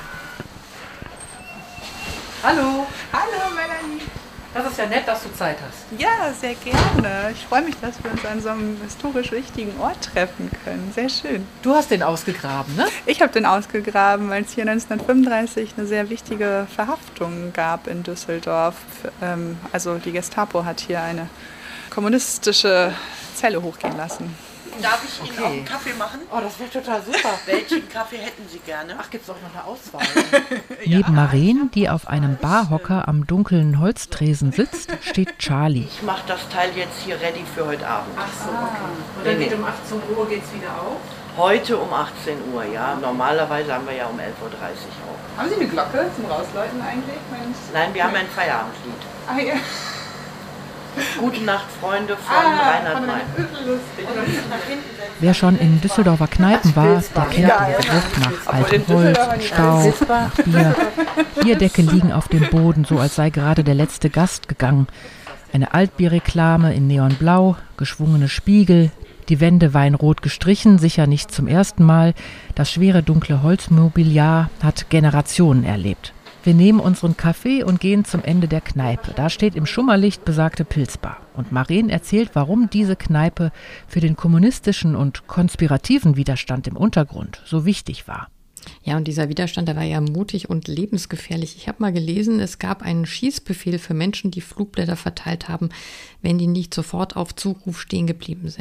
Hallo. Hallo Melanie. Das ist ja nett, dass du Zeit hast. Ja, sehr gerne. Ich freue mich, dass wir uns an so einem historisch wichtigen Ort treffen können. Sehr schön. Du hast den ausgegraben, ne? Ich habe den ausgegraben, weil es hier neunzehnhundertfünfunddreißig eine sehr wichtige Verhaftung gab in Düsseldorf. Also die Gestapo hat hier eine kommunistische Zelle hochgehen lassen. Darf ich Ihnen Okay. auch einen Kaffee machen? Oh, das wäre total super. Welchen Kaffee hätten Sie gerne? Ach, gibt's auch noch eine Auswahl? Neben Maren, die auf einem Barhocker am dunklen Holztresen sitzt, steht Charlie. Ich mache das Teil jetzt hier ready für heute Abend. Ach so, okay. Und dann geht um achtzehn Uhr geht's wieder auf? Heute um achtzehn Uhr, ja. Normalerweise haben wir ja um elf Uhr dreißig auf. Haben Sie eine Glocke zum Rausläuten eigentlich? Mensch. Nein, wir haben ein Feierabendlied. Ah, ja. Gute Nacht, Freunde von Ah, Reinhard von May. lustig. Wer schon in Düsseldorfer Kneipen war, der kennt den Geruch nach altem Holz, Staub, nach Bier. Bierdeckel liegen auf dem Boden, so als sei gerade der letzte Gast gegangen. Eine Altbierreklame in Neonblau, geschwungene Spiegel, die Wände weinrot gestrichen, sicher nicht zum ersten Mal. Das schwere dunkle Holzmobiliar hat Generationen erlebt. Wir nehmen unseren Kaffee und gehen zum Ende der Kneipe. Da steht im Schummerlicht besagte Pilzbar. Und Maren erzählt, warum diese Kneipe für den kommunistischen und konspirativen Widerstand im Untergrund so wichtig war. Ja, und dieser Widerstand, der war ja mutig und lebensgefährlich. Ich habe mal gelesen, es gab einen Schießbefehl für Menschen, die Flugblätter verteilt haben, wenn die nicht sofort auf Zuruf stehen geblieben sind.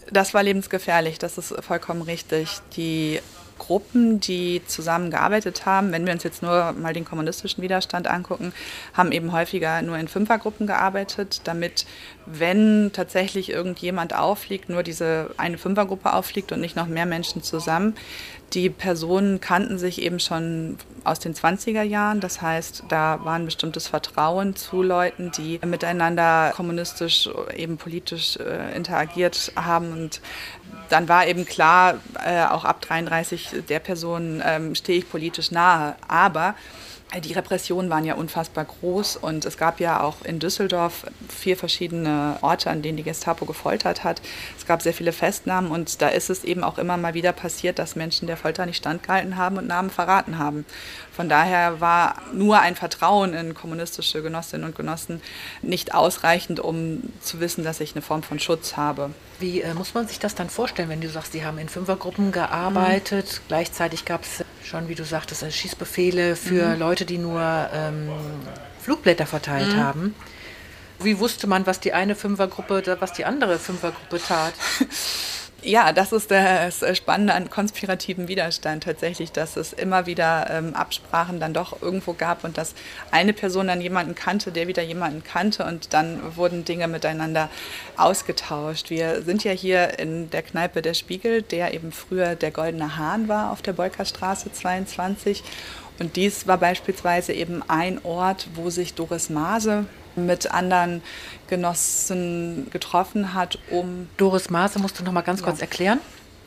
Das war lebensgefährlich, das ist vollkommen richtig. Die Gruppen, die zusammengearbeitet haben, wenn wir uns jetzt nur mal den kommunistischen Widerstand angucken, haben eben häufiger nur in Fünfergruppen gearbeitet, damit, wenn tatsächlich irgendjemand auffliegt, nur diese eine Fünfergruppe auffliegt und nicht noch mehr Menschen zusammen. Die Personen kannten sich eben schon aus den zwanziger Jahren, das heißt, da war ein bestimmtes Vertrauen zu Leuten, die miteinander kommunistisch, eben politisch äh, interagiert haben, und dann war eben klar, äh, auch ab dreiunddreißig der Person ähm, stehe ich politisch nahe, aber die Repressionen waren ja unfassbar groß und es gab ja auch in Düsseldorf vier verschiedene Orte, an denen die Gestapo gefoltert hat. Es gab sehr viele Festnahmen und da ist es eben auch immer mal wieder passiert, dass Menschen der Folter nicht standgehalten haben und Namen verraten haben. Von daher war nur ein Vertrauen in kommunistische Genossinnen und Genossen nicht ausreichend, um zu wissen, dass ich eine Form von Schutz habe. Wie äh, muss man sich das dann vorstellen, wenn du sagst, die haben in Fünfergruppen gearbeitet, mhm. gleichzeitig gab es schon, wie du sagtest, Schießbefehle für mhm. Leute, die nur ähm, Flugblätter verteilt mhm. haben. Wie wusste man, was die eine Fünfergruppe, was die andere Fünfergruppe tat? Ja, das ist das Spannende an konspirativen Widerstand tatsächlich, dass es immer wieder ähm, Absprachen dann doch irgendwo gab und dass eine Person dann jemanden kannte, der wieder jemanden kannte und dann wurden Dinge miteinander ausgetauscht. Wir sind ja hier in der Kneipe Der Spiegel, der eben früher der Goldene Hahn war auf der Bolkerstraße zweiundzwanzig. Und dies war beispielsweise eben ein Ort, wo sich Doris Maase mit anderen Genossen getroffen hat, um... Doris Maase musst du noch mal ganz ja. kurz erklären.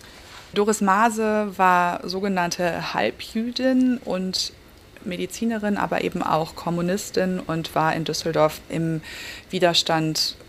Doris Maase war sogenannte Halbjüdin und Medizinerin, aber eben auch Kommunistin und war in Düsseldorf im Widerstand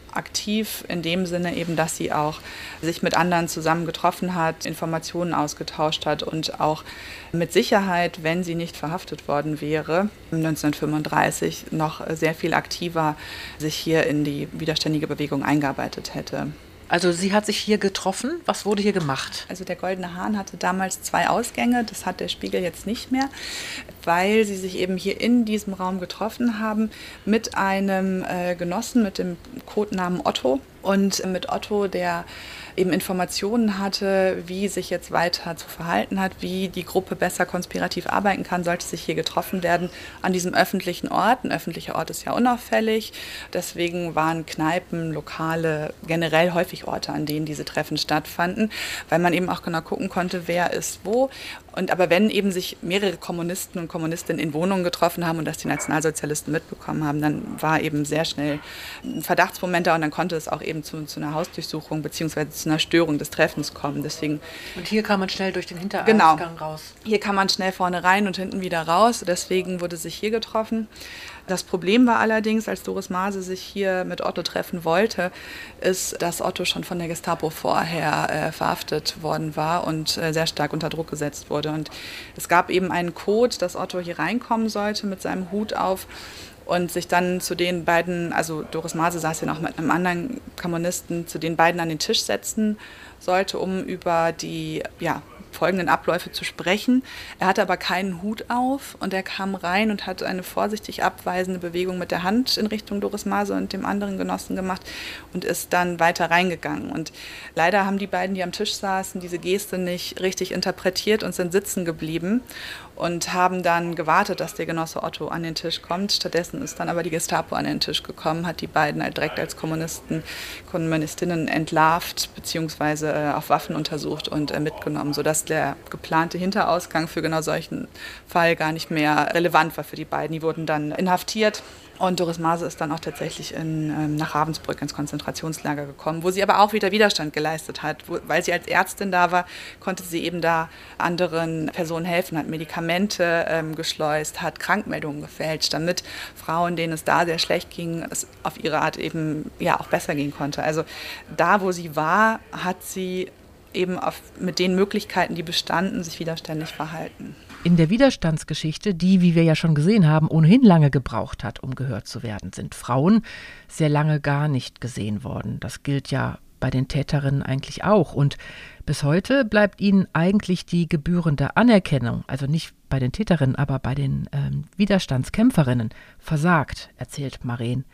aktiv, in dem Sinne eben, dass sie auch sich mit anderen zusammen getroffen hat, Informationen ausgetauscht hat und auch mit Sicherheit, wenn sie nicht verhaftet worden wäre, neunzehnhundertfünfunddreißig noch sehr viel aktiver sich hier in die widerständige Bewegung eingearbeitet hätte. Also sie hat sich hier getroffen. Was wurde hier gemacht? Also der Goldene Hahn hatte damals zwei Ausgänge. Das hat der Spiegel jetzt nicht mehr, weil sie sich eben hier in diesem Raum getroffen haben mit einem äh, Genossen mit dem Codenamen Otto. Und mit Otto, der eben Informationen hatte, wie sich jetzt weiter zu verhalten hat, wie die Gruppe besser konspirativ arbeiten kann, sollte sich hier getroffen werden an diesem öffentlichen Ort. Ein öffentlicher Ort ist ja unauffällig, deswegen waren Kneipen, Lokale generell häufig Orte, an denen diese Treffen stattfanden, weil man eben auch genau gucken konnte, wer ist wo. Und aber wenn eben sich mehrere Kommunisten und Kommunistinnen in Wohnungen getroffen haben und das die Nationalsozialisten mitbekommen haben, dann war eben sehr schnell ein Verdachtsmoment da und dann konnte es auch eben zu, zu einer Hausdurchsuchung bzw. zu einer Störung des Treffens kommen. Deswegen, und hier kann man schnell durch den Hinterausgang genau, raus. Hier kann man schnell vorne rein und hinten wieder raus. Deswegen wurde sich hier getroffen. Das Problem war allerdings, als Doris Maase sich hier mit Otto treffen wollte, ist, dass Otto schon von der Gestapo vorher äh, verhaftet worden war und äh, sehr stark unter Druck gesetzt wurde. Und es gab eben einen Code, dass Otto hier reinkommen sollte mit seinem Hut auf und sich dann zu den beiden, also Doris Maase saß ja noch mit einem anderen Kommunisten, zu den beiden an den Tisch setzen sollte, um über die, ja, folgenden Abläufe zu sprechen. Er hatte aber keinen Hut auf und er kam rein und hat eine vorsichtig abweisende Bewegung mit der Hand in Richtung Doris Maase und dem anderen Genossen gemacht und ist dann weiter reingegangen. Und leider haben die beiden, die am Tisch saßen, diese Geste nicht richtig interpretiert und sind sitzen geblieben und haben dann gewartet, dass der Genosse Otto an den Tisch kommt. Stattdessen ist dann aber die Gestapo an den Tisch gekommen, hat die beiden halt direkt als Kommunisten, Kommunistinnen entlarvt bzw. auf Waffen untersucht und mitgenommen, sodass der geplante Hinterausgang für genau solchen Fall gar nicht mehr relevant war für die beiden. Die wurden dann inhaftiert. Und Doris Maase ist dann auch tatsächlich in, ähm, nach Ravensbrück ins Konzentrationslager gekommen, wo sie aber auch wieder Widerstand geleistet hat. Wo, weil sie als Ärztin da war, konnte sie eben da anderen Personen helfen, hat Medikamente ähm, geschleust, hat Krankmeldungen gefälscht, damit Frauen, denen es da sehr schlecht ging, es auf ihre Art eben ja auch besser gehen konnte. Also da, wo sie war, hat sie eben auf, mit den Möglichkeiten, die bestanden, sich widerständig verhalten. In der Widerstandsgeschichte, die, wie wir ja schon gesehen haben, ohnehin lange gebraucht hat, um gehört zu werden, sind Frauen sehr lange gar nicht gesehen worden. Das gilt ja bei den Täterinnen eigentlich auch. Und bis heute bleibt ihnen eigentlich die gebührende Anerkennung, also nicht bei den Täterinnen, aber bei den ähm, Widerstandskämpferinnen, versagt, erzählt Maren.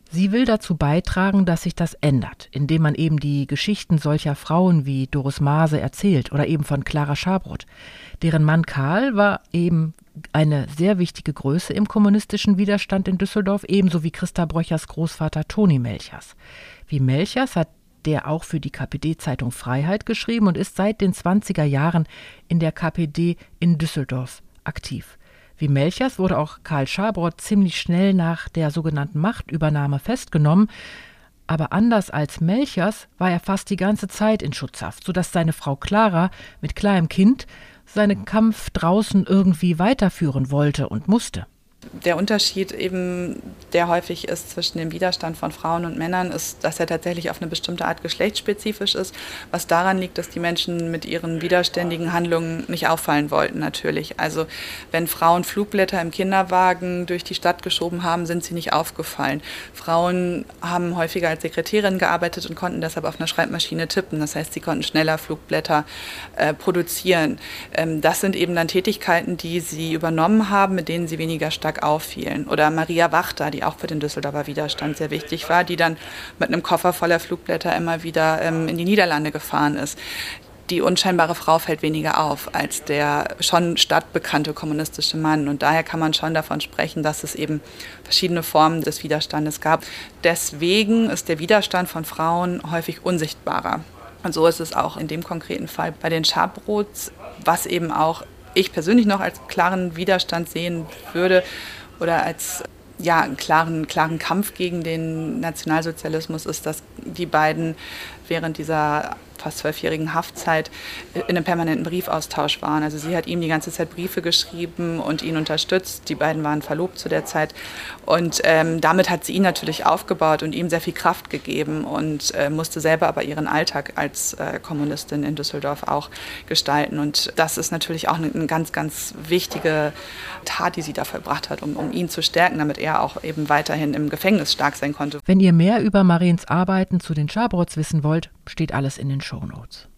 Sie will dazu beitragen, dass sich das ändert, indem man eben die Geschichten solcher Frauen wie Doris Maase erzählt oder eben von Clara Scharbrot. Deren Mann Karl war eben eine sehr wichtige Größe im kommunistischen Widerstand in Düsseldorf, ebenso wie Christa Bröchers Großvater Toni Melchers. Wie Melchers hat der auch für die K P D-Zeitung Freiheit geschrieben und ist seit den zwanziger Jahren in der K P D in Düsseldorf aktiv. Wie Melchers wurde auch Karl Scharbrot ziemlich schnell nach der sogenannten Machtübernahme festgenommen. Aber anders als Melchers war er fast die ganze Zeit in Schutzhaft, sodass seine Frau Clara mit kleinem Kind seinen Kampf draußen irgendwie weiterführen wollte und musste. Der Unterschied eben, der häufig ist zwischen dem Widerstand von Frauen und Männern, ist, dass er tatsächlich auf eine bestimmte Art geschlechtsspezifisch ist, was daran liegt, dass die Menschen mit ihren widerständigen Handlungen nicht auffallen wollten natürlich. Also wenn Frauen Flugblätter im Kinderwagen durch die Stadt geschoben haben, sind sie nicht aufgefallen. Frauen haben häufiger als Sekretärin gearbeitet und konnten deshalb auf einer Schreibmaschine tippen. Das heißt, sie konnten schneller Flugblätter äh, produzieren. Ähm, das sind eben dann Tätigkeiten, die sie übernommen haben, mit denen sie weniger stark auffielen. Oder Maria Wachter, die auch für den Düsseldorfer Widerstand sehr wichtig war, die dann mit einem Koffer voller Flugblätter immer wieder ähm, in die Niederlande gefahren ist. Die unscheinbare Frau fällt weniger auf als der schon stadtbekannte kommunistische Mann. Und daher kann man schon davon sprechen, dass es eben verschiedene Formen des Widerstandes gab. Deswegen ist der Widerstand von Frauen häufig unsichtbarer. Und so ist es auch in dem konkreten Fall bei den Scharbrots, was eben auch ich persönlich noch als klaren Widerstand sehen würde oder als ja, einen klaren, klaren Kampf gegen den Nationalsozialismus ist, dass die beiden während dieser fast zwölfjährigen Haftzeit in einem permanenten Briefaustausch waren. Also sie hat ihm die ganze Zeit Briefe geschrieben und ihn unterstützt. Die beiden waren verlobt zu der Zeit. Und ähm, damit hat sie ihn natürlich aufgebaut und ihm sehr viel Kraft gegeben und äh, musste selber aber ihren Alltag als äh, Kommunistin in Düsseldorf auch gestalten. Und das ist natürlich auch eine, eine ganz, ganz wichtige Tat, die sie da vollbracht hat, um, um ihn zu stärken, damit er auch eben weiterhin im Gefängnis stark sein konnte. Wenn ihr mehr über Mariens Arbeiten zu den Scharbrots wissen wollt, steht alles in den Shownotes.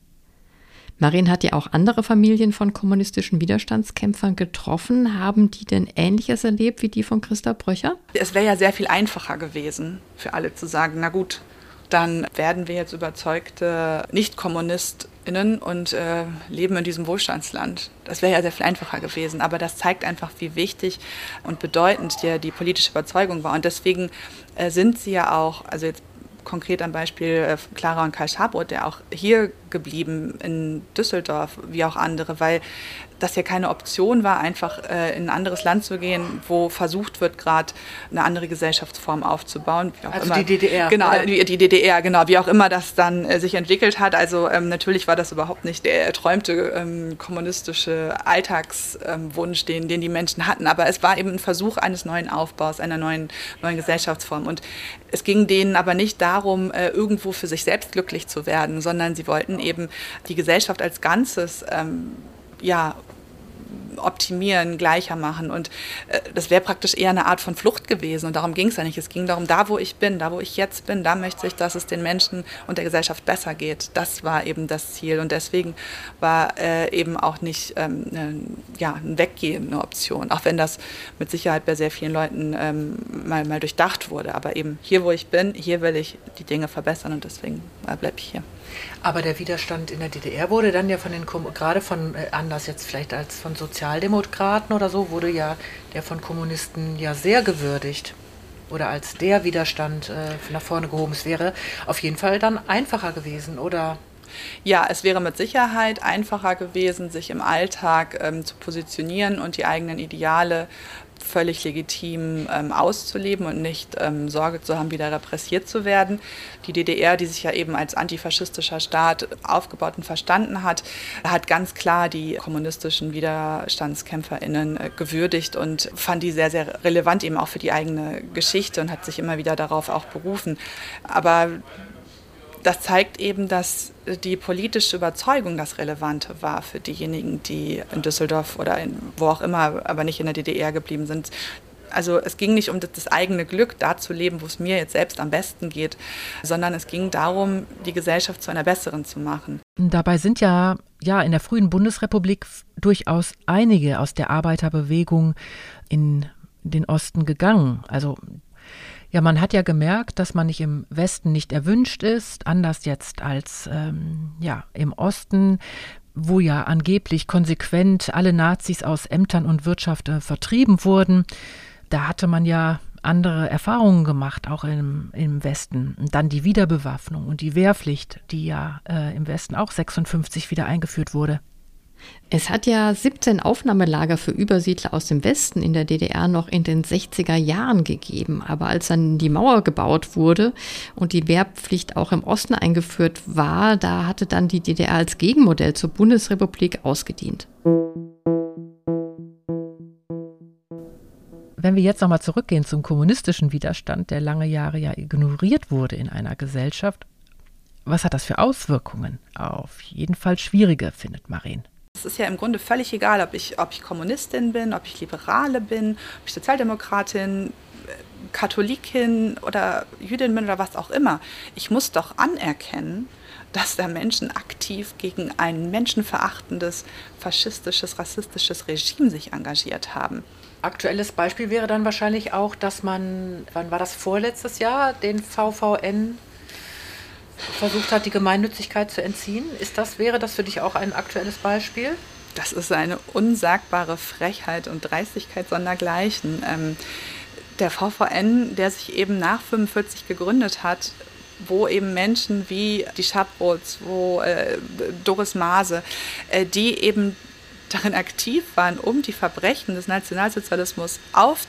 Marien hat ja auch andere Familien von kommunistischen Widerstandskämpfern getroffen. Haben die denn Ähnliches erlebt wie die von Christa Bröcher? Es wäre ja sehr viel einfacher gewesen, für alle zu sagen, na gut, dann werden wir jetzt überzeugte Nicht-KommunistInnen und äh, leben in diesem Wohlstandsland. Das wäre ja sehr viel einfacher gewesen. Aber das zeigt einfach, wie wichtig und bedeutend die, die politische Überzeugung war. Und deswegen äh, sind sie ja auch, also jetzt konkret am Beispiel äh, Clara und Karl Scharbrot, der auch hier geblieben in Düsseldorf, wie auch andere, weil das ja keine Option war, einfach äh, in ein anderes Land zu gehen, wo versucht wird, gerade eine andere Gesellschaftsform aufzubauen. Wie auch also immer. die D D R. Genau, die, die D D R, genau, wie auch immer das dann äh, sich entwickelt hat. Also ähm, natürlich war das überhaupt nicht der erträumte ähm, kommunistische Alltagswunsch, ähm, den, den die Menschen hatten, aber es war eben ein Versuch eines neuen Aufbaus, einer neuen, neuen Gesellschaftsform. Und es ging denen aber nicht darum, äh, irgendwo für sich selbst glücklich zu werden, sondern sie wollten eben die Gesellschaft als Ganzes ähm, ja, optimieren, gleicher machen. Und äh, das wäre praktisch eher eine Art von Flucht gewesen. Und darum ging es ja nicht. Es ging darum, da wo ich bin, da wo ich jetzt bin, da möchte ich, dass es den Menschen und der Gesellschaft besser geht. Das war eben das Ziel. Und deswegen war äh, eben auch nicht ähm, ne, ja, ein Weggehen eine Option. Auch wenn das mit Sicherheit bei sehr vielen Leuten ähm, mal, mal durchdacht wurde. Aber eben hier, wo ich bin, hier will ich die Dinge verbessern und deswegen äh, bleibe ich hier. Aber der Widerstand in der D D R wurde dann ja von den, gerade von, äh, anders jetzt vielleicht als von Sozialdemokraten oder so, wurde ja der von Kommunisten ja sehr gewürdigt. Oder als der Widerstand äh, nach vorne gehoben. Es wäre auf jeden Fall dann einfacher gewesen, oder? Ja, es wäre mit Sicherheit einfacher gewesen, sich im Alltag ähm, zu positionieren und die eigenen Ideale völlig legitim ähm, auszuleben und nicht ähm, Sorge zu haben, wieder repressiert zu werden. Die D D R, die sich ja eben als antifaschistischer Staat aufgebaut und verstanden hat, hat ganz klar die kommunistischen WiderstandskämpferInnen äh, gewürdigt und fand die sehr, sehr relevant eben auch für die eigene Geschichte und hat sich immer wieder darauf auch berufen. Aber das zeigt eben, dass die politische Überzeugung das Relevante war für diejenigen, die in Düsseldorf oder in, wo auch immer, aber nicht in der D D R geblieben sind. Also es ging nicht um das eigene Glück, da zu leben, wo es mir jetzt selbst am besten geht, sondern es ging darum, die Gesellschaft zu einer besseren zu machen. Dabei sind ja, ja in der frühen Bundesrepublik durchaus einige aus der Arbeiterbewegung in den Osten gegangen. Also Ja, man hat ja gemerkt, dass man nicht im Westen nicht erwünscht ist, anders jetzt als ähm, ja, im Osten, wo ja angeblich konsequent alle Nazis aus Ämtern und Wirtschaft äh, vertrieben wurden. Da hatte man ja andere Erfahrungen gemacht, auch im, im Westen. Und dann die Wiederbewaffnung und die Wehrpflicht, die ja äh, im Westen auch sechsundfünfzig wieder eingeführt wurde. Es hat ja siebzehn Aufnahmelager für Übersiedler aus dem Westen in der D D R noch in den sechziger Jahren gegeben. Aber als dann die Mauer gebaut wurde und die Wehrpflicht auch im Osten eingeführt war, da hatte dann die D D R als Gegenmodell zur Bundesrepublik ausgedient. Wenn wir jetzt nochmal zurückgehen zum kommunistischen Widerstand, der lange Jahre ja ignoriert wurde in einer Gesellschaft, was hat das für Auswirkungen? Auf jeden Fall schwierige, findet Maren. Es ist ja im Grunde völlig egal, ob ich, ob ich Kommunistin bin, ob ich Liberale bin, ob ich Sozialdemokratin, Katholikin oder Jüdin bin oder was auch immer. Ich muss doch anerkennen, dass da Menschen aktiv gegen ein menschenverachtendes, faschistisches, rassistisches Regime sich engagiert haben. Aktuelles Beispiel wäre dann wahrscheinlich auch, dass man, wann war das, vorletztes Jahr, den V V N versucht hat, die Gemeinnützigkeit zu entziehen. Ist das, wäre das für dich auch ein aktuelles Beispiel? Das ist eine unsagbare Frechheit und Dreistigkeit sondergleichen. Ähm, der V V N, der sich eben nach fünfundvierzig gegründet hat, wo eben Menschen wie die Schabrots, wo äh, Doris Maase, äh, die eben darin aktiv waren, um die Verbrechen des Nationalsozialismus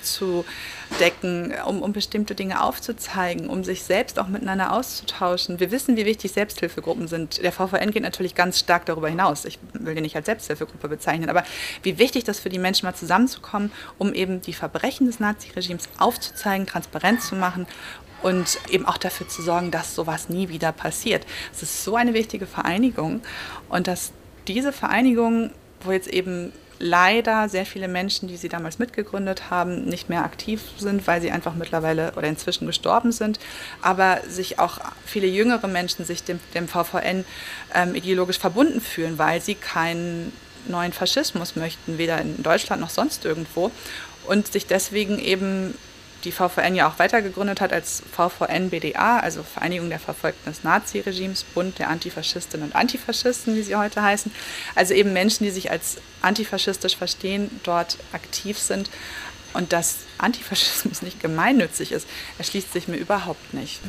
aufzudecken, um, um bestimmte Dinge aufzuzeigen, um sich selbst auch miteinander auszutauschen. Wir wissen, wie wichtig Selbsthilfegruppen sind. Der V V N geht natürlich ganz stark darüber hinaus. Ich will den nicht als Selbsthilfegruppe bezeichnen, aber wie wichtig das für die Menschen war, zusammenzukommen, um eben die Verbrechen des Naziregimes aufzuzeigen, transparent zu machen und eben auch dafür zu sorgen, dass sowas nie wieder passiert. Es ist so eine wichtige Vereinigung und dass diese Vereinigung, wo jetzt eben leider sehr viele Menschen, die sie damals mitgegründet haben, nicht mehr aktiv sind, weil sie einfach mittlerweile oder inzwischen gestorben sind, aber sich auch viele jüngere Menschen sich dem, dem V V N ähm, ideologisch verbunden fühlen, weil sie keinen neuen Faschismus möchten, weder in Deutschland noch sonst irgendwo, und sich deswegen eben die V V N ja auch weiter gegründet hat als V V N B D A, also Vereinigung der Verfolgten des Naziregimes, Bund der Antifaschistinnen und Antifaschisten, wie sie heute heißen. Also eben Menschen, die sich als antifaschistisch verstehen, dort aktiv sind. Und dass Antifaschismus nicht gemeinnützig ist, erschließt sich mir überhaupt nicht.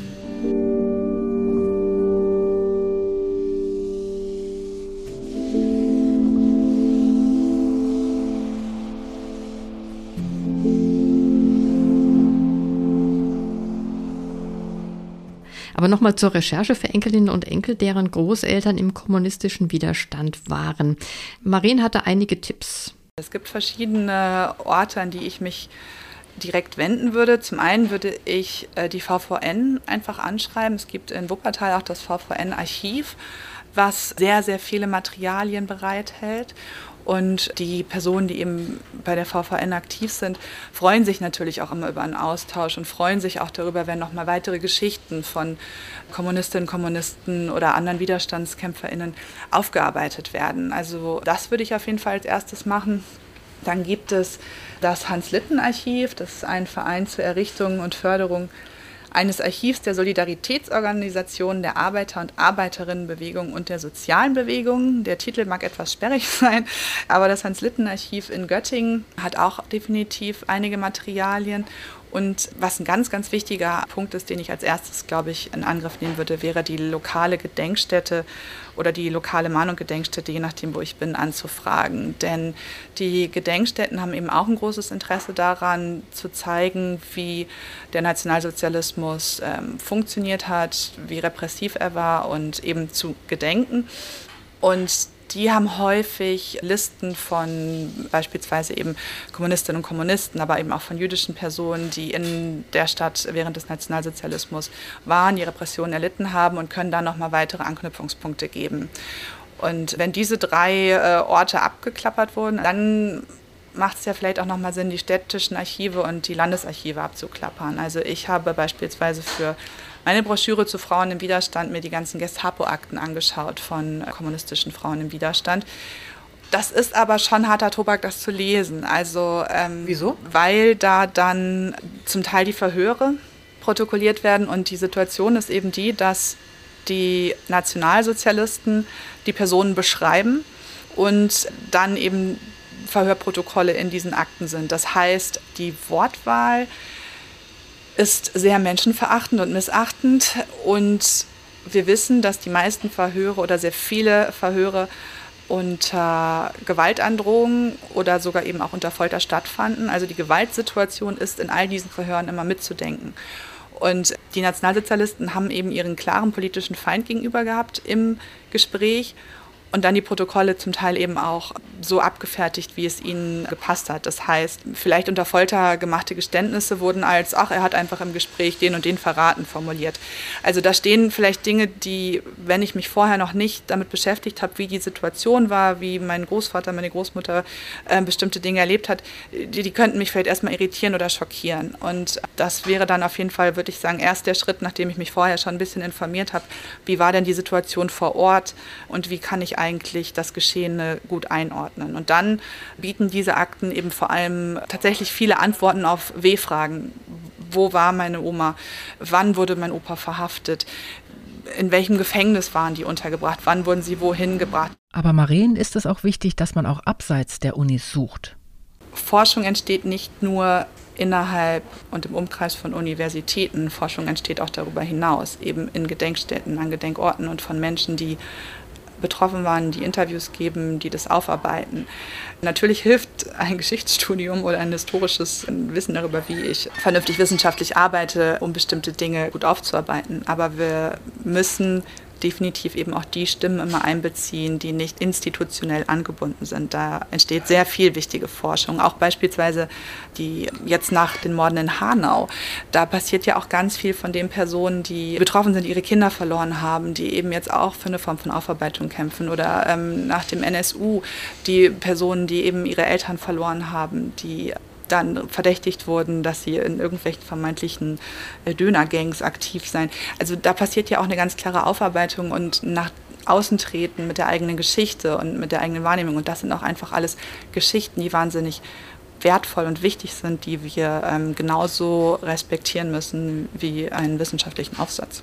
Aber nochmal zur Recherche für Enkelinnen und Enkel, deren Großeltern im kommunistischen Widerstand waren. Maren hatte einige Tipps. Es gibt verschiedene Orte, an die ich mich direkt wenden würde. Zum einen würde ich die V V N einfach anschreiben. Es gibt in Wuppertal auch das V V N-Archiv, was sehr, sehr viele Materialien bereithält. Und die Personen, die eben bei der V V N aktiv sind, freuen sich natürlich auch immer über einen Austausch und freuen sich auch darüber, wenn nochmal weitere Geschichten von Kommunistinnen, Kommunisten oder anderen WiderstandskämpferInnen aufgearbeitet werden. Also das würde ich auf jeden Fall als erstes machen. Dann gibt es das Hans-Litten-Archiv, das ist ein Verein zur Errichtung und Förderung eines Archivs der Solidaritätsorganisationen der Arbeiter- und Arbeiterinnenbewegung und der sozialen Bewegung. Der Titel mag etwas sperrig sein, aber das Hans-Litten-Archiv in Göttingen hat auch definitiv einige Materialien. Und was ein ganz, ganz wichtiger Punkt ist, den ich als erstes, glaube ich, in Angriff nehmen würde, wäre die lokale Gedenkstätte oder die lokale Mahn- und Gedenkstätte, je nachdem, wo ich bin, anzufragen. Denn die Gedenkstätten haben eben auch ein großes Interesse daran, zu zeigen, wie der Nationalsozialismus ähm, funktioniert hat, wie repressiv er war und eben zu gedenken. Und die haben häufig Listen von beispielsweise eben Kommunistinnen und Kommunisten, aber eben auch von jüdischen Personen, die in der Stadt während des Nationalsozialismus waren, die Repressionen erlitten haben und können dann nochmal weitere Anknüpfungspunkte geben. Und wenn diese drei äh, Orte abgeklappert wurden, dann macht es ja vielleicht auch nochmal Sinn, die städtischen Archive und die Landesarchive abzuklappern. Also ich habe beispielsweise für meine Broschüre zu Frauen im Widerstand mir die ganzen Gestapo-Akten angeschaut von kommunistischen Frauen im Widerstand. Das ist aber schon harter Tobak, das zu lesen. Also, ähm, Wieso? Weil da dann zum Teil die Verhöre protokolliert werden. Und die Situation ist eben die, dass die Nationalsozialisten die Personen beschreiben und dann eben Verhörprotokolle in diesen Akten sind. Das heißt, die Wortwahl ist sehr menschenverachtend und missachtend und wir wissen, dass die meisten Verhöre oder sehr viele Verhöre unter Gewaltandrohungen oder sogar eben auch unter Folter stattfanden. Also die Gewaltsituation ist in all diesen Verhören immer mitzudenken. Und die Nationalsozialisten haben eben ihren klaren politischen Feind gegenüber gehabt im Gespräch und dann die Protokolle zum Teil eben auch so abgefertigt, wie es ihnen gepasst hat. Das heißt, vielleicht unter Folter gemachte Geständnisse wurden als, ach, er hat einfach im Gespräch den und den verraten, formuliert. Also da stehen vielleicht Dinge, die, wenn ich mich vorher noch nicht damit beschäftigt habe, wie die Situation war, wie mein Großvater, meine Großmutter äh, bestimmte Dinge erlebt hat, die, die könnten mich vielleicht erstmal irritieren oder schockieren. Und das wäre dann auf jeden Fall, würde ich sagen, erst der Schritt, nachdem ich mich vorher schon ein bisschen informiert habe, wie war denn die Situation vor Ort und wie kann ich eigentlich das Geschehene gut einordnen. Und dann bieten diese Akten eben vor allem tatsächlich viele Antworten auf W-Fragen. Wo war meine Oma? Wann wurde mein Opa verhaftet? In welchem Gefängnis waren die untergebracht? Wann wurden sie wohin gebracht? Aber Maren, ist es auch wichtig, dass man auch abseits der Unis sucht? Forschung entsteht nicht nur innerhalb und im Umkreis von Universitäten. Forschung entsteht auch darüber hinaus, eben in Gedenkstätten, an Gedenkorten und von Menschen, die betroffen waren, die Interviews geben, die das aufarbeiten. Natürlich hilft ein Geschichtsstudium oder ein historisches Wissen darüber, wie ich vernünftig wissenschaftlich arbeite, um bestimmte Dinge gut aufzuarbeiten. Aber wir müssen definitiv eben auch die Stimmen immer einbeziehen, die nicht institutionell angebunden sind. Da entsteht sehr viel wichtige Forschung, auch beispielsweise die jetzt nach den Morden in Hanau. Da passiert ja auch ganz viel von den Personen, die betroffen sind, ihre Kinder verloren haben, die eben jetzt auch für eine Form von Aufarbeitung kämpfen. Oder ähm, nach dem N S U die Personen, die eben ihre Eltern verloren haben, die dann verdächtigt wurden, dass sie in irgendwelchen vermeintlichen Dönergangs aktiv seien. Also da passiert ja auch eine ganz klare Aufarbeitung und nach außen treten mit der eigenen Geschichte und mit der eigenen Wahrnehmung. Und das sind auch einfach alles Geschichten, die wahnsinnig wertvoll und wichtig sind, die wir ähm, genauso respektieren müssen wie einen wissenschaftlichen Aufsatz.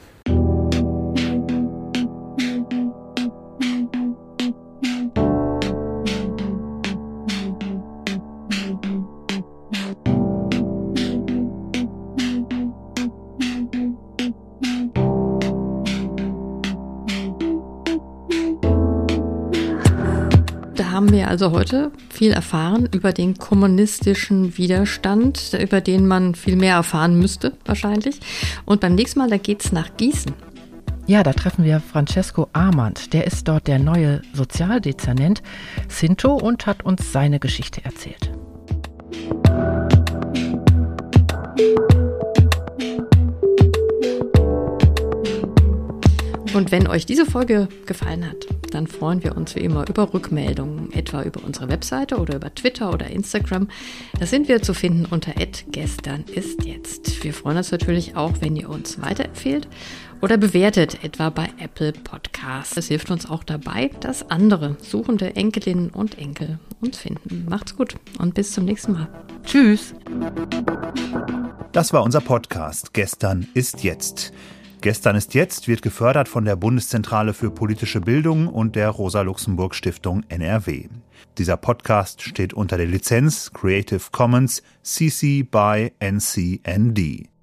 Haben wir also heute viel erfahren über den kommunistischen Widerstand, über den man viel mehr erfahren müsste wahrscheinlich. Und beim nächsten Mal, da geht's nach Gießen. Ja, da treffen wir Francesco Armand. Der ist dort der neue Sozialdezernent Sinto und hat uns seine Geschichte erzählt. Und wenn euch diese Folge gefallen hat, dann freuen wir uns wie immer über Rückmeldungen, etwa über unsere Webseite oder über Twitter oder Instagram. Da sind wir zu finden unter at gestern ist jetzt. Wir freuen uns natürlich auch, wenn ihr uns weiterempfehlt oder bewertet, etwa bei Apple Podcasts. Das hilft uns auch dabei, dass andere suchende Enkelinnen und Enkel uns finden. Macht's gut und bis zum nächsten Mal. Tschüss. Das war unser Podcast Gestern ist jetzt. Gestern ist jetzt wird gefördert von der Bundeszentrale für politische Bildung und der Rosa-Luxemburg-Stiftung N R W. Dieser Podcast steht unter der Lizenz Creative Commons C C by N C N D.